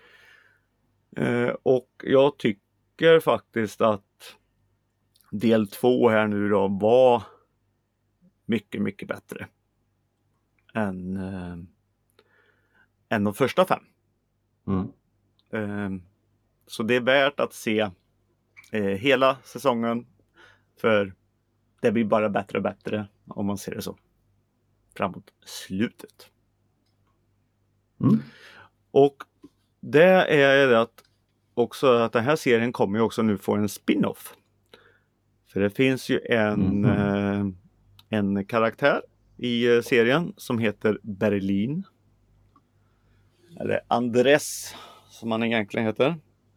Och jag tycker faktiskt att del 2 här nu då var mycket, mycket bättre än än de första 5. Så det är värt att se hela säsongen, för det blir bara bättre och bättre om man ser det så framåt slutet. Och det är att också att den här serien kommer ju också nu få en spin-off. För det finns ju en karaktär i serien som heter Berlin. Eller Andres som han egentligen heter.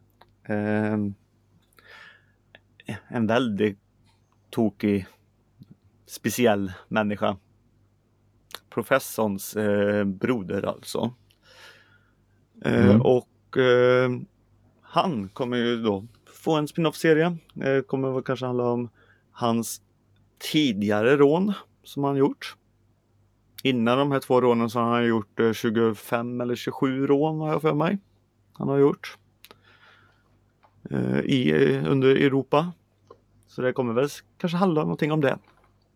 En väldigt tokig, speciell människa. Professorns broder alltså. Och han kommer ju då få en spin-off-serie. Det kommer väl kanske handla om hans tidigare rån som han gjort. Innan de här 2 rånen så har han gjort 25 eller 27 rån, har jag för mig. Han har gjort under Europa. Så det kommer väl kanske handla någonting om det.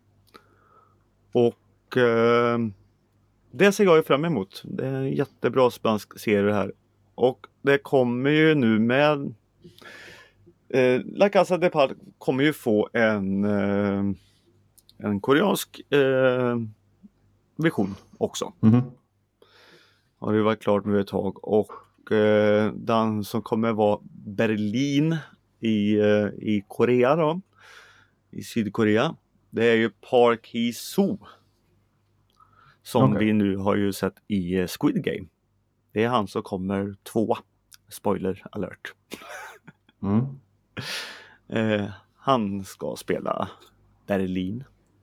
Och det ser jag ju fram emot. Det är en jättebra spansk serie här. Och det kommer ju nu med La Casa de Papel kommer ju få en koreansk version också. Har det varit klart nu ett tag. Och den som kommer vara Berlin i Korea då. I Sydkorea. Det är ju Park Hee-soo. Som vi nu har ju sett i Squid Game. Det är han som kommer 2. Spoiler alert. Han ska spela Berlin.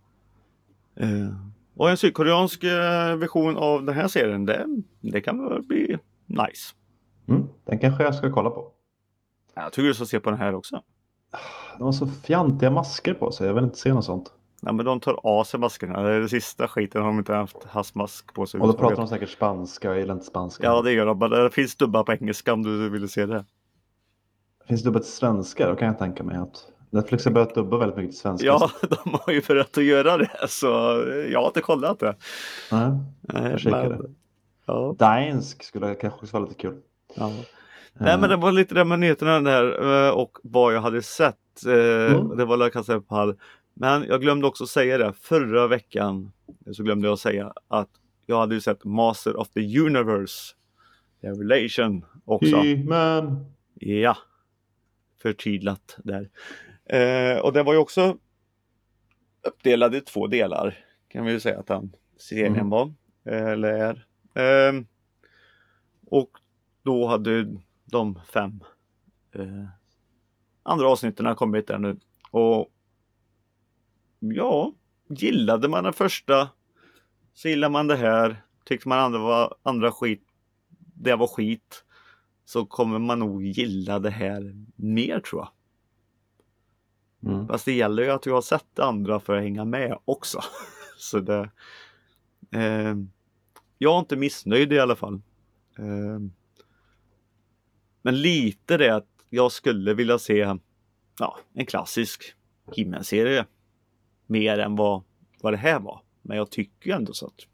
Och en sydkoreansk version av den här serien, det kan väl bli nice. Den kanske jag ska kolla på. Jag tycker du ska se på den här också. De har så fjantiga masker på sig, jag vill inte se något sånt. Ja, men de tar av sig maskerna. Det är det sista skiten, har de inte haft mask på sig. Och då pratar de säkert spanska, jag gillar inte spanska. Ja, det gör de. Men det finns dubbar på engelska om du vill se det. Finns det dubbat till svenska? Då kan jag tänka mig att Netflix har börjat dubba väldigt mycket till svenska. Ja, de har ju börjat att göra det. Så jag har inte kollat det. Nej, jag kikade. Ja. Dansk skulle kanske också vara lite kul. Ja. Nej, men det var lite det med nyheterna där och vad jag hade sett. Det var La Casa de Papel. Men jag glömde också säga det. Förra veckan så glömde jag säga att jag hade ju sett Master of the Universe Revelation också. He-Man. Ja, förtydlat där. Och det var ju också uppdelad i 2 delar. Kan vi ju säga att den serien var. Eller är. Och då hade de 5 andra avsnitten kommit där nu. Och ja, gillade man den första så gillar man det här. Tyckte man andra skit, det var skit, så kommer man nog gilla det här mer, tror jag. Fast det gäller ju att du har sett det andra för att hänga med också. Så det jag är inte missnöjd i alla fall. Men lite det att jag skulle vilja se en klassisk He-Man-serie mer än vad det här var. Men jag tycker ju ändå så att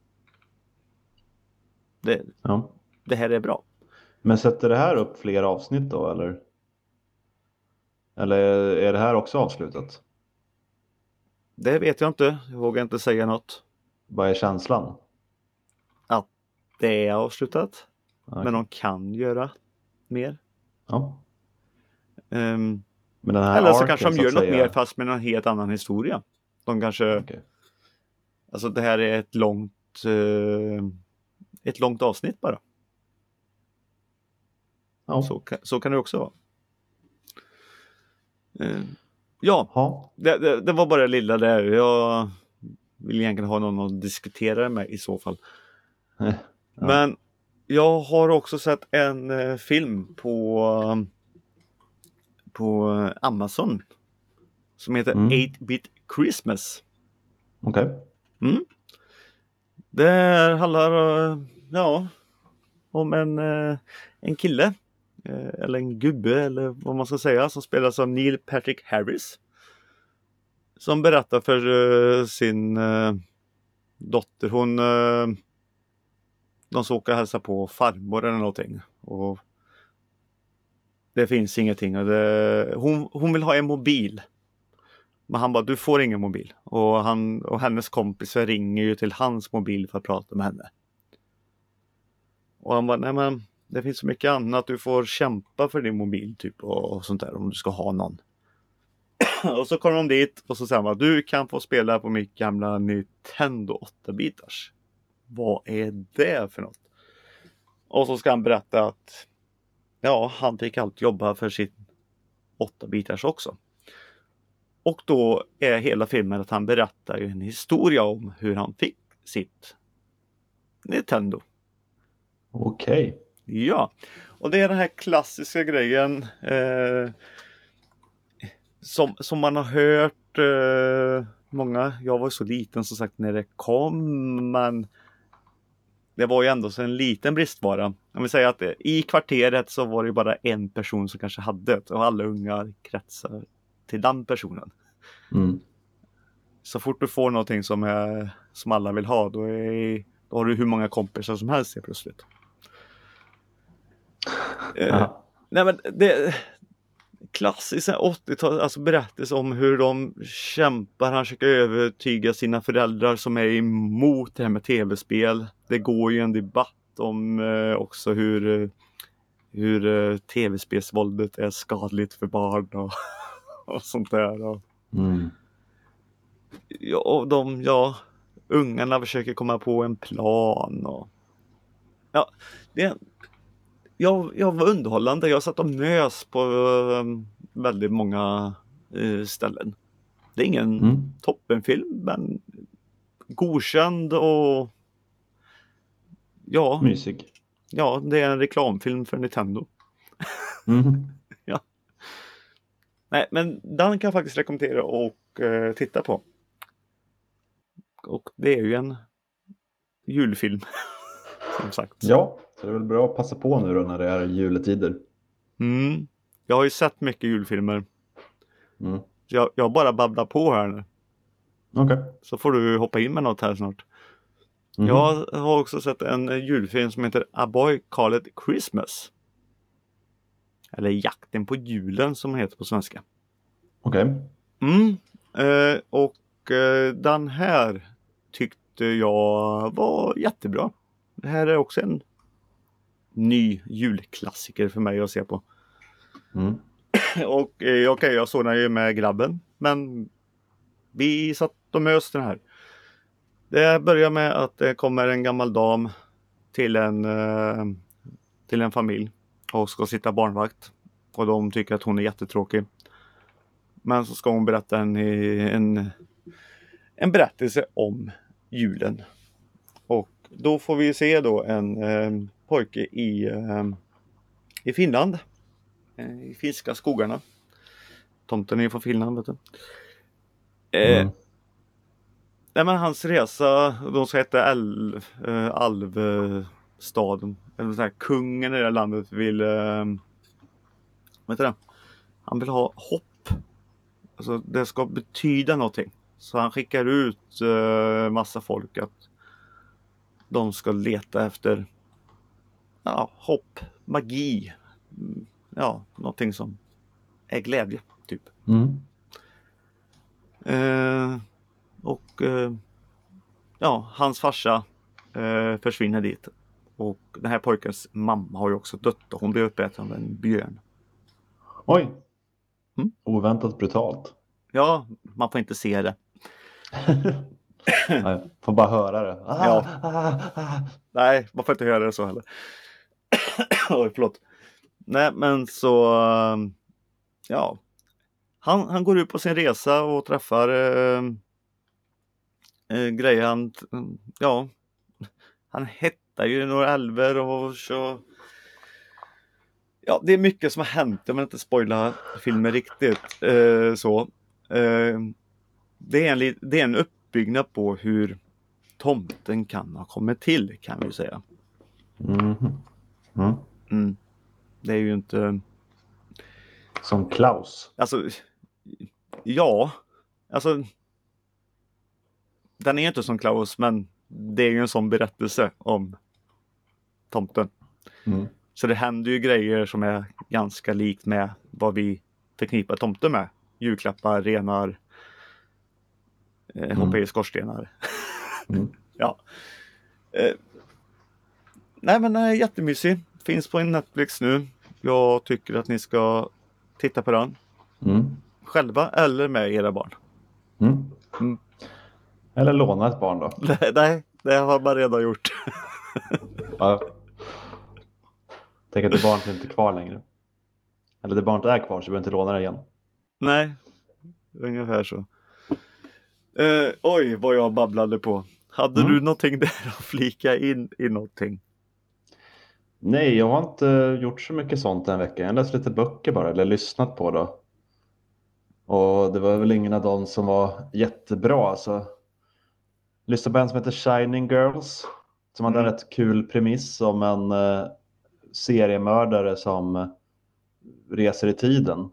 det här är bra. Men sätter det här upp fler avsnitt då, eller? Eller är det här också avslutat? Det vet jag inte. Jag vågar inte säga något. Vad är känslan? Att det är avslutat. Okay. Men de kan göra mer. Ja. Men den här eller så arken, kanske de gör något säga... mer fast med en helt annan historia. De kanske... Okay. Alltså det här är ett långt avsnitt bara. Ja. Så kan det också vara. Det var bara det lilla där. Jag vill egentligen ha någon att diskutera med i så fall. Ja. Men jag har också sett en film på Amazon som heter 8-Bit Christmas. Okej. Det handlar om en kille eller en gubbe eller vad man ska säga som spelas av Neil Patrick Harris, som berättar för sin dotter. de ska åka och hälsa på farmor eller någonting. Och det finns ingenting. Och hon vill ha en mobil. Men han bara, du får ingen mobil. Och hennes kompisar ringer ju till hans mobil för att prata med henne. Och han bara, nej men det finns så mycket annat. Du får kämpa för din mobil typ och sånt där om du ska ha någon. Och så kommer de dit och så säger man, du kan få spela på mitt gamla Nintendo 8-bitars. Vad är det för något? Och så ska han berätta att ja, han fick alltid jobba för sitt 8-bitars också. Och då är hela filmen att han berättar ju en historia om hur han fick sitt Nintendo. Okej. Ja, och det är den här klassiska grejen som man har hört många. Jag var så liten som sagt när det kom, men det var ju ändå så en liten bristvara. Jag vill säga att i kvarteret så var det bara en person som kanske hade det och alla ungar kretsar till den personen. Mm. Så fort du får någonting som alla vill ha, då har du hur många kompisar som helst helt plötsligt. Nej men det klassiska 80-tal, alltså berättelse om hur de kämpar. Han försöker övertyga sina föräldrar som är emot det här med tv-spel. Det går ju en debatt om också hur tv-spelsvåldet är skadligt för barn och sånt där. Och ungarna försöker komma på en plan jag var underhållande. Jag satt och mös på väldigt många ställen. Det är ingen toppenfilm, men godkänd och mysig. Ja, det är en reklamfilm för Nintendo. Ja. Nej, men den kan jag faktiskt rekommendera och titta på. Och det är ju en julfilm. Som sagt. Ja, så det är väl bra att passa på nu då när det är juletider. Jag har ju sett mycket julfilmer. Jag bara babblar på här nu. Okej. Så får du hoppa in med något här snart. Jag har också sett en julfilm som heter A Boy Called Christmas. Eller Jakten på julen som heter på svenska. Okej. Den här tyckte jag var jättebra. Det här är också en ny julklassiker för mig att se på. Och jag såg den ju med grabben. Men vi satt och mös den här. Det börjar med att det kommer en gammal dam till en familj och ska sitta barnvakt. Och de tycker att hon är jättetråkig. Men så ska hon berätta en berättelse om julen. Och då får vi se då en pojke i Finland. I finska skogarna. Tomten är från Finland, vet du. Nej, men hans resa, de ska heta Alvstaden. Eller så här, kungen i det här landet vill han vill ha hopp. Alltså det ska betyda någonting. Så han skickar ut massa folk att de ska leta efter hopp, magi. Någonting som är glädje typ. Hans farsa försvinner dit. Och den här pojkens mamma har ju också dött och hon blir uppäten av en björn. Oj. Oväntat brutalt. Ja, man får inte se det. Nej, får bara höra det. Nej, man får inte höra det så heller. Oj, förlåt. Nej, men så han går ut på sin resa och träffar grejer. Han hittar ju några älver och så. Ja, det är mycket som har hänt. Jag vill inte spoila filmen riktigt så. Det är en uppbyggnad på hur tomten kan ha kommit till, kan vi säga. Det är ju inte som Klaus. Alltså den är inte som Klaus, men det är ju en sån berättelse om tomten. Så det händer ju grejer som är ganska likt med vad vi förknippar tomten med. Julklappar, renar, hoppa i skorstenar. Ja. Nej men jättemysig. Finns på Netflix nu. Jag tycker att ni ska titta på den. Själva eller med era barn. Eller låna ett barn då. Nej, det har man redan gjort. Ja. Tänk att det barnet inte är kvar längre. Eller det barnet är kvar så du behöver inte låna det igen. Nej, ungefär så. Oj, vad jag babblade på. Hade du någonting där att flika in i någonting? Nej, jag har inte gjort så mycket sånt den veckan. Jag har läst lite böcker bara, eller lyssnat på då. Och det var väl ingen av dem som var jättebra. Alltså, lyssnade på en som heter Shining Girls. Som hade en rätt kul premiss om en seriemördare som reser i tiden.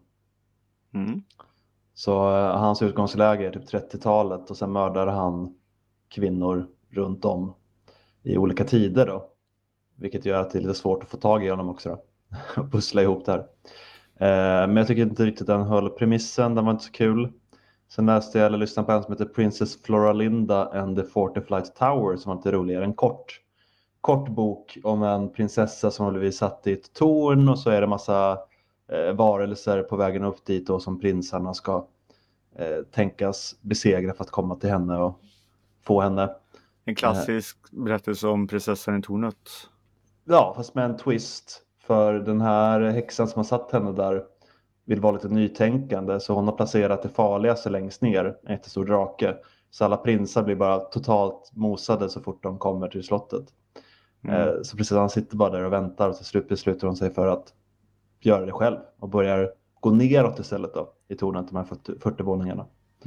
Så hans utgångsläge är typ 30-talet och sen mördar han kvinnor runt om i olika tider då. Vilket gör att det är lite svårt att få tag i honom också då. Och pussla ihop det här. Men jag tycker inte riktigt den höll premissen, den var inte så kul. Sen läste jag eller lyssnade på en som heter Princess Floralinda and the Fortified Tower som var lite roligare. En kort bok om en prinsessa som har blivit satt i ett torn och så är det massa varelser på vägen upp dit och som prinsarna ska tänkas besegra för att komma till henne och få henne. En klassisk berättelse om prinsessan i tornet. Ja, fast med en twist. För den här häxan som har satt henne där vill vara lite nytänkande. Så hon har placerat det farligaste längst ner, en jättestor drake. Så alla prinsar blir bara totalt mosade så fort de kommer till slottet. Så precis han sitter bara där och väntar och till slut beslutar hon sig för att göra det själv. Och börjar gå neråt istället då, i tornet, de här 40 våningarna.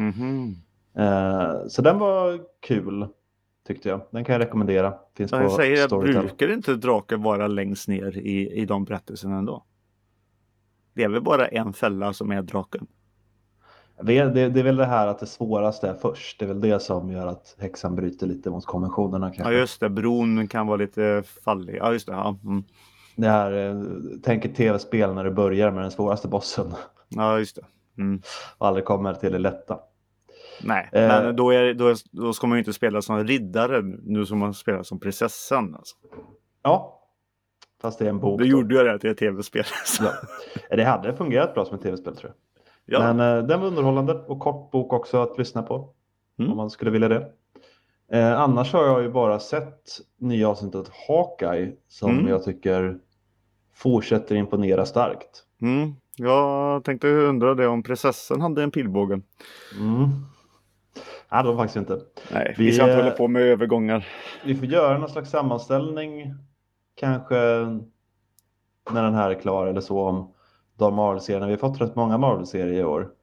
Så den var kul. Tyckte jag. Den kan jag rekommendera. Finns på Storytel. Brukar inte draken vara längst ner i de berättelserna ändå? Det är väl bara en fälla som är draken? Det är väl det här att det svåraste är först. Det är väl det som gör att häxan bryter lite mot konventionerna kanske. Ja just det, bron kan vara lite fallig. Ja just det, ja. Det här, tänk ett tv-spel när det börjar med den svåraste bossen. Ja just det. Och aldrig kommer till det lätta. Nej, men då ska man ju inte spela som riddare nu som man spelar som prinsessan. Alltså. Ja, fast det är en bok. Det gjorde jag det till ett tv-spel. Ja. Det hade fungerat bra som ett tv-spel tror jag. Ja. Men den var underhållande och kort bok också att lyssna på. Om man skulle vilja det. Annars har jag ju bara sett nya avsnittet Hawkeye som jag tycker fortsätter imponera starkt. Jag tänkte undra det om prinsessan hade en pilbåge. Nej, det var faktiskt inte. Nej, vi ska inte hålla på med övergångar. Vi får göra någon slags sammanställning kanske när den här är klar eller så om de Marvel-serierna. Vi har fått rätt många Marvel-serier i år.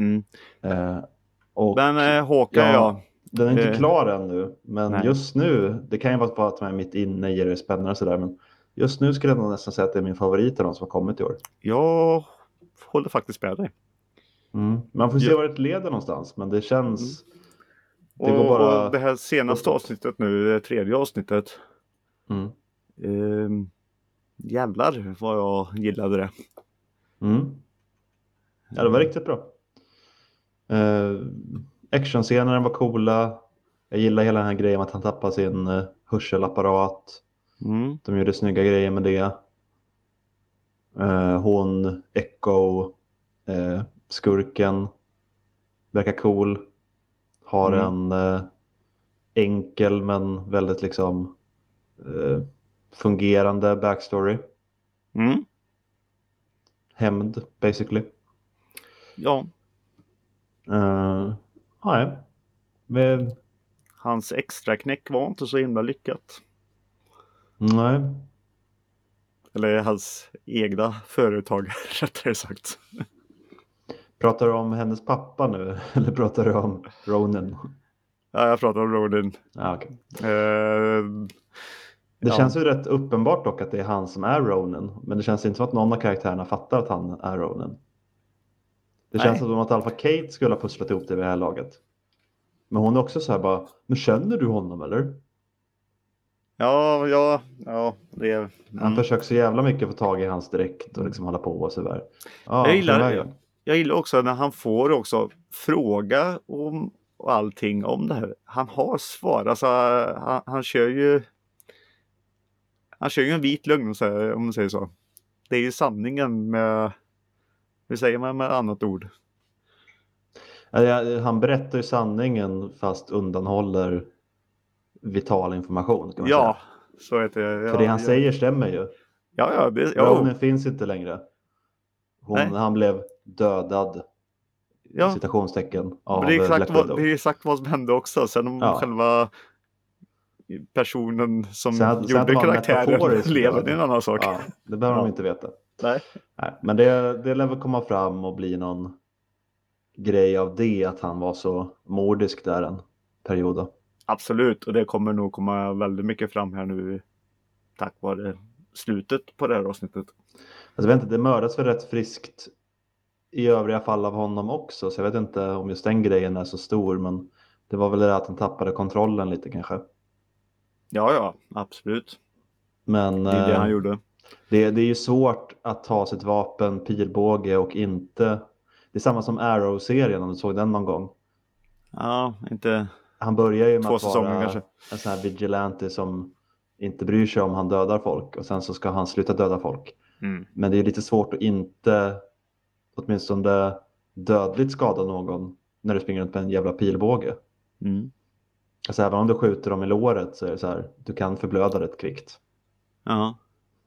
Men Hawkeye, den är inte klar ännu. Men just nu, det kan ju vara bara att man är mitt inne i det spännande och sådär. Men just nu skulle jag nog nästan säga att det är min favorit av de som har kommit i år. Jag håller faktiskt med dig. Man får se var det leder någonstans. Men det känns... Det går bara... Och det här senaste avsnittet nu, det tredje avsnittet. Jävlar vad jag gillade det. Ja, det var riktigt bra. Actionscenerna var coola. Jag gillar hela den här grejen att han tappar sin hörselapparat. De gjorde snygga grejer med det. Hon, Echo, skurken verkar cool. Har en enkel men väldigt liksom fungerande backstory. Hämnd basically. Ja. Nej. Hans extra knäck var inte så himla lyckat. Nej. Eller hans egna företag rättare sagt. Pratar du om hennes pappa nu? Eller pratar du om Ronin? Ja, jag pratar om Ronin. Okay. Det känns ju rätt uppenbart dock att det är han som är Ronin. Men det känns inte som att någon av karaktärerna fattar att han är Ronin. Det känns som att Alpha Kate skulle ha pusslat ihop det vid det här laget. Men hon är också så här bara, men känner du honom eller? Ja, det är... Han försöker så jävla mycket få tag i hans dräkt och liksom hålla på och sådär. Jag Ja, gillar också när han får också fråga om och allting om det här. Han har svar. Alltså, han kör ju en vit lögn om man säger så. Det är ju sanningen med, hur säger man med annat ord? Han berättar ju sanningen fast undanhåller vital information, kan man säga. Ja, så heter det. För det han säger stämmer ju. Ja, Ronin finns inte längre. Nej. Han blev dödad i citationstecken av Black Widow. Det är exakt vad som hände också. Sen om själva personen som gjorde karaktären lever, i en annan sak. Ja, det behöver de inte veta. Nej, men det lär väl komma fram och bli någon grej av det, att han var så mordisk där en period då. Absolut, och det kommer nog komma väldigt mycket fram här nu tack vare slutet på det här avsnittet. Alltså, jag vet inte, det mördas väl rätt friskt i övriga fall av honom också, så jag vet inte om just den grejen är så stor, men det var väl det att han tappade kontrollen lite kanske. Ja, absolut. Men det är det han gjorde. Det är ju svårt att ta sitt vapen, pilbåge och inte... Det är samma som Arrow-serien, om du såg den någon gång. Ja, inte... Han börjar ju med att vara kanske. En sån här vigilante som inte bryr sig om han dödar folk. Och sen så ska han sluta döda folk. Men det är lite svårt att inte, åtminstone dödligt skada någon när du springer runt med en jävla pilbåge. Alltså även om du skjuter dem i låret så är det så här, du kan förblöda rätt kvickt. Ja.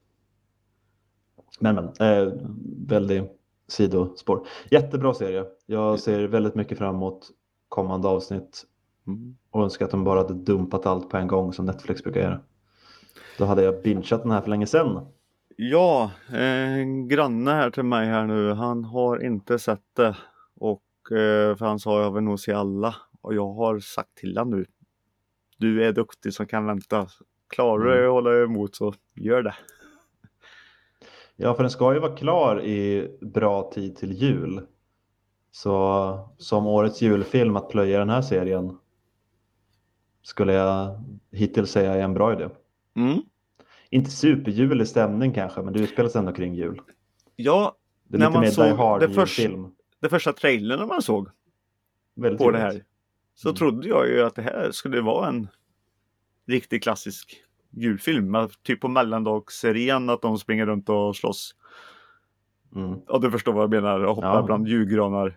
Men väldigt sidospår. Jättebra serie. Jag ser väldigt mycket fram emot kommande avsnitt. Och önskar att de bara hade dumpat allt på en gång som Netflix brukar göra. Då hade jag bingeat den här för länge sedan. Ja, en granne här till mig här nu, han har inte sett det. Och för han sa jag vill nog se alla. Och jag har sagt till honom nu, du är duktig som kan vänta. Klarar du att hålla emot så gör det. Ja, för den ska ju vara klar i bra tid till jul. Så som årets julfilm att plöja den här serien skulle jag hittills säga är en bra idé. Inte superjulig stämning kanske, men det utspelas ändå kring jul. Ja, det är lite mer Die Hard julfilm. Det första trailern man såg väldigt på roligt. Det här, så trodde jag ju att det här skulle vara en riktigt klassisk julfilm. Typ på mellandagsserien att de springer runt och slåss. Och du förstår vad jag menar, och hoppar bland julgranar.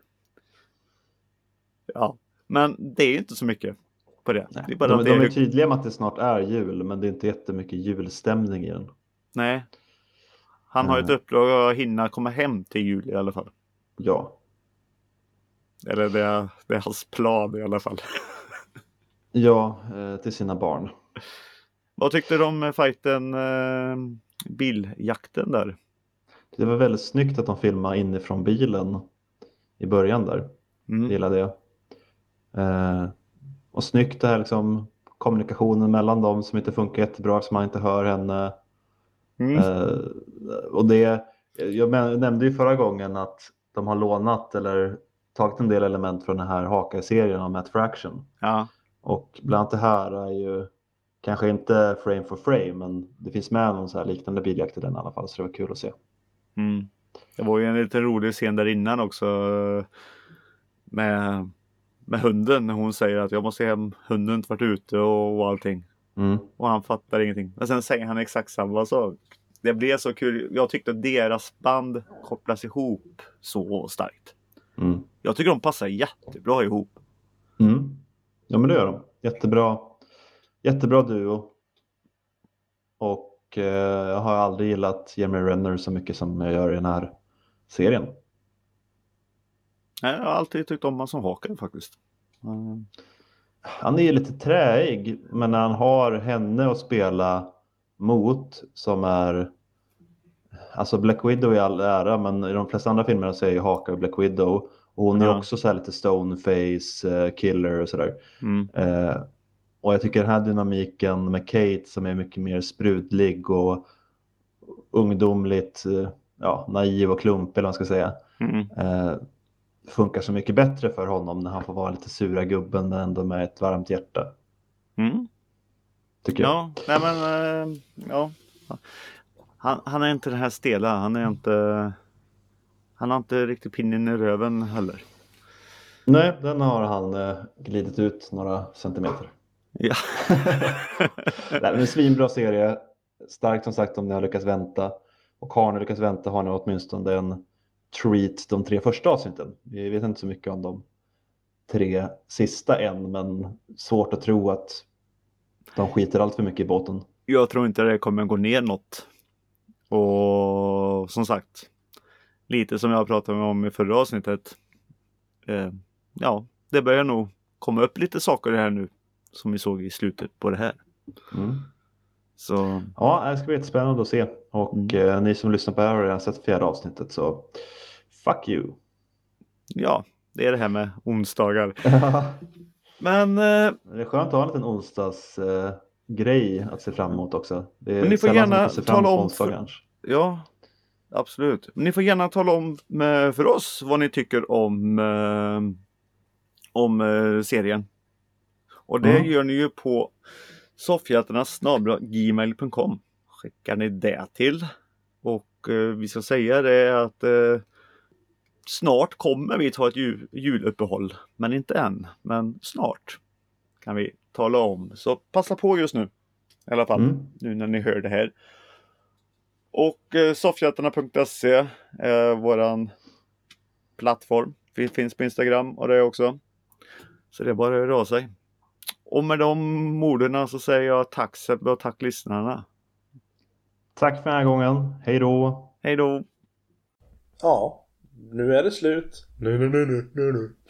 Ja, men det är inte så mycket på det. Det är bara de är tydliga med att det snart är jul, men det är inte jättemycket julstämning i den. Nej. Han har ett uppdrag att hinna komma hem till jul i alla fall. Ja. Eller det är hans plan i alla fall. Ja, till sina barn. Vad tyckte du om fighten, biljakten där? Det var väldigt snyggt att de filmade inifrån bilen i början där. Gillade jag. Och snyggt det här liksom, kommunikationen mellan dem som inte funkar jättebra, som man inte hör henne. Och det, jag nämnde ju förra gången att de har lånat eller tagit en del element från den här Hawkeye-serien om Matt Fraction. Ja. Och bland annat det här är ju kanske inte frame for frame, men det finns med någon så här liknande biljakt i den i alla fall, så det var kul att se. Det var ju en lite rolig scen där innan också med hunden, när hon säger att jag måste hem, hunden inte varit ute och allting. Och han fattar ingenting. Men sen säger han exakt samma sak. Det blev så kul. Jag tyckte att deras band kopplas ihop så starkt. Jag tycker de passar jättebra ihop. Ja, men det gör de. Jättebra duo. Och jag har aldrig gillat Jeremy Renner så mycket som jag gör i den här serien. Jag har alltid tyckt om han som Hawkeye faktiskt. Han är ju lite träig, men när han har henne att spela mot som är... Alltså Black Widow i all ära, men i de flesta andra filmerna så är ju Hawkeye Black Widow. Och hon är också så här lite stoneface, killer och sådär. Och jag tycker den här dynamiken med Kate som är mycket mer sprudlig och ungdomligt naiv och klumpig, eller vad man ska säga. Funkar så mycket bättre för honom när han får vara lite sura gubben men ändå med ett varmt hjärta. tycker jag. Ja, nej men ja. Han är inte den här stela. Han har inte riktigt pinnen i röven heller. Nej, den har han glidit ut några centimeter. Ja. Nej, men en svinbra serie. Starkt som sagt om ni har lyckats vänta. Och har ni lyckats vänta har ni åtminstone en treat de 3 första avsnitten. Vi vet inte så mycket om de 3 sista än, men svårt att tro att de skiter allt för mycket i båten. Jag tror inte det kommer gå ner något. Och som sagt, lite som jag pratade om i förra avsnittet. Ja, det börjar nog komma upp lite saker här nu som vi såg i slutet på det här. Mm. Så. Ja, det ska bli jättespännande att se. Och ni som lyssnar på det här har redan sett 4:e avsnittet, så fuck you. Ja, det är det här med onsdagar. Men det är skönt att ha en liten onsdagsgrej att se fram emot också. Det är ni får gärna tala om ja, absolut. Ni får gärna tala om för oss vad ni tycker om serien. Och det gör ni ju på soffhjältarna@gmail.com. Skickar ni det till. Och vi ska säga det att snart kommer vi ta ett juluppehåll. Men inte än. Men snart kan vi tala om. Så passa på just nu. I alla fall nu när ni hör det här. Och soffhjältarna.se är våran plattform. Vi finns på Instagram och det också. Så det är bara att höra av sig. Och med de orden så säger jag tack Sebbe och tack lyssnarna. Tack för den här gången. Hej då. Hej då. Ja, nu är det slut. Nu.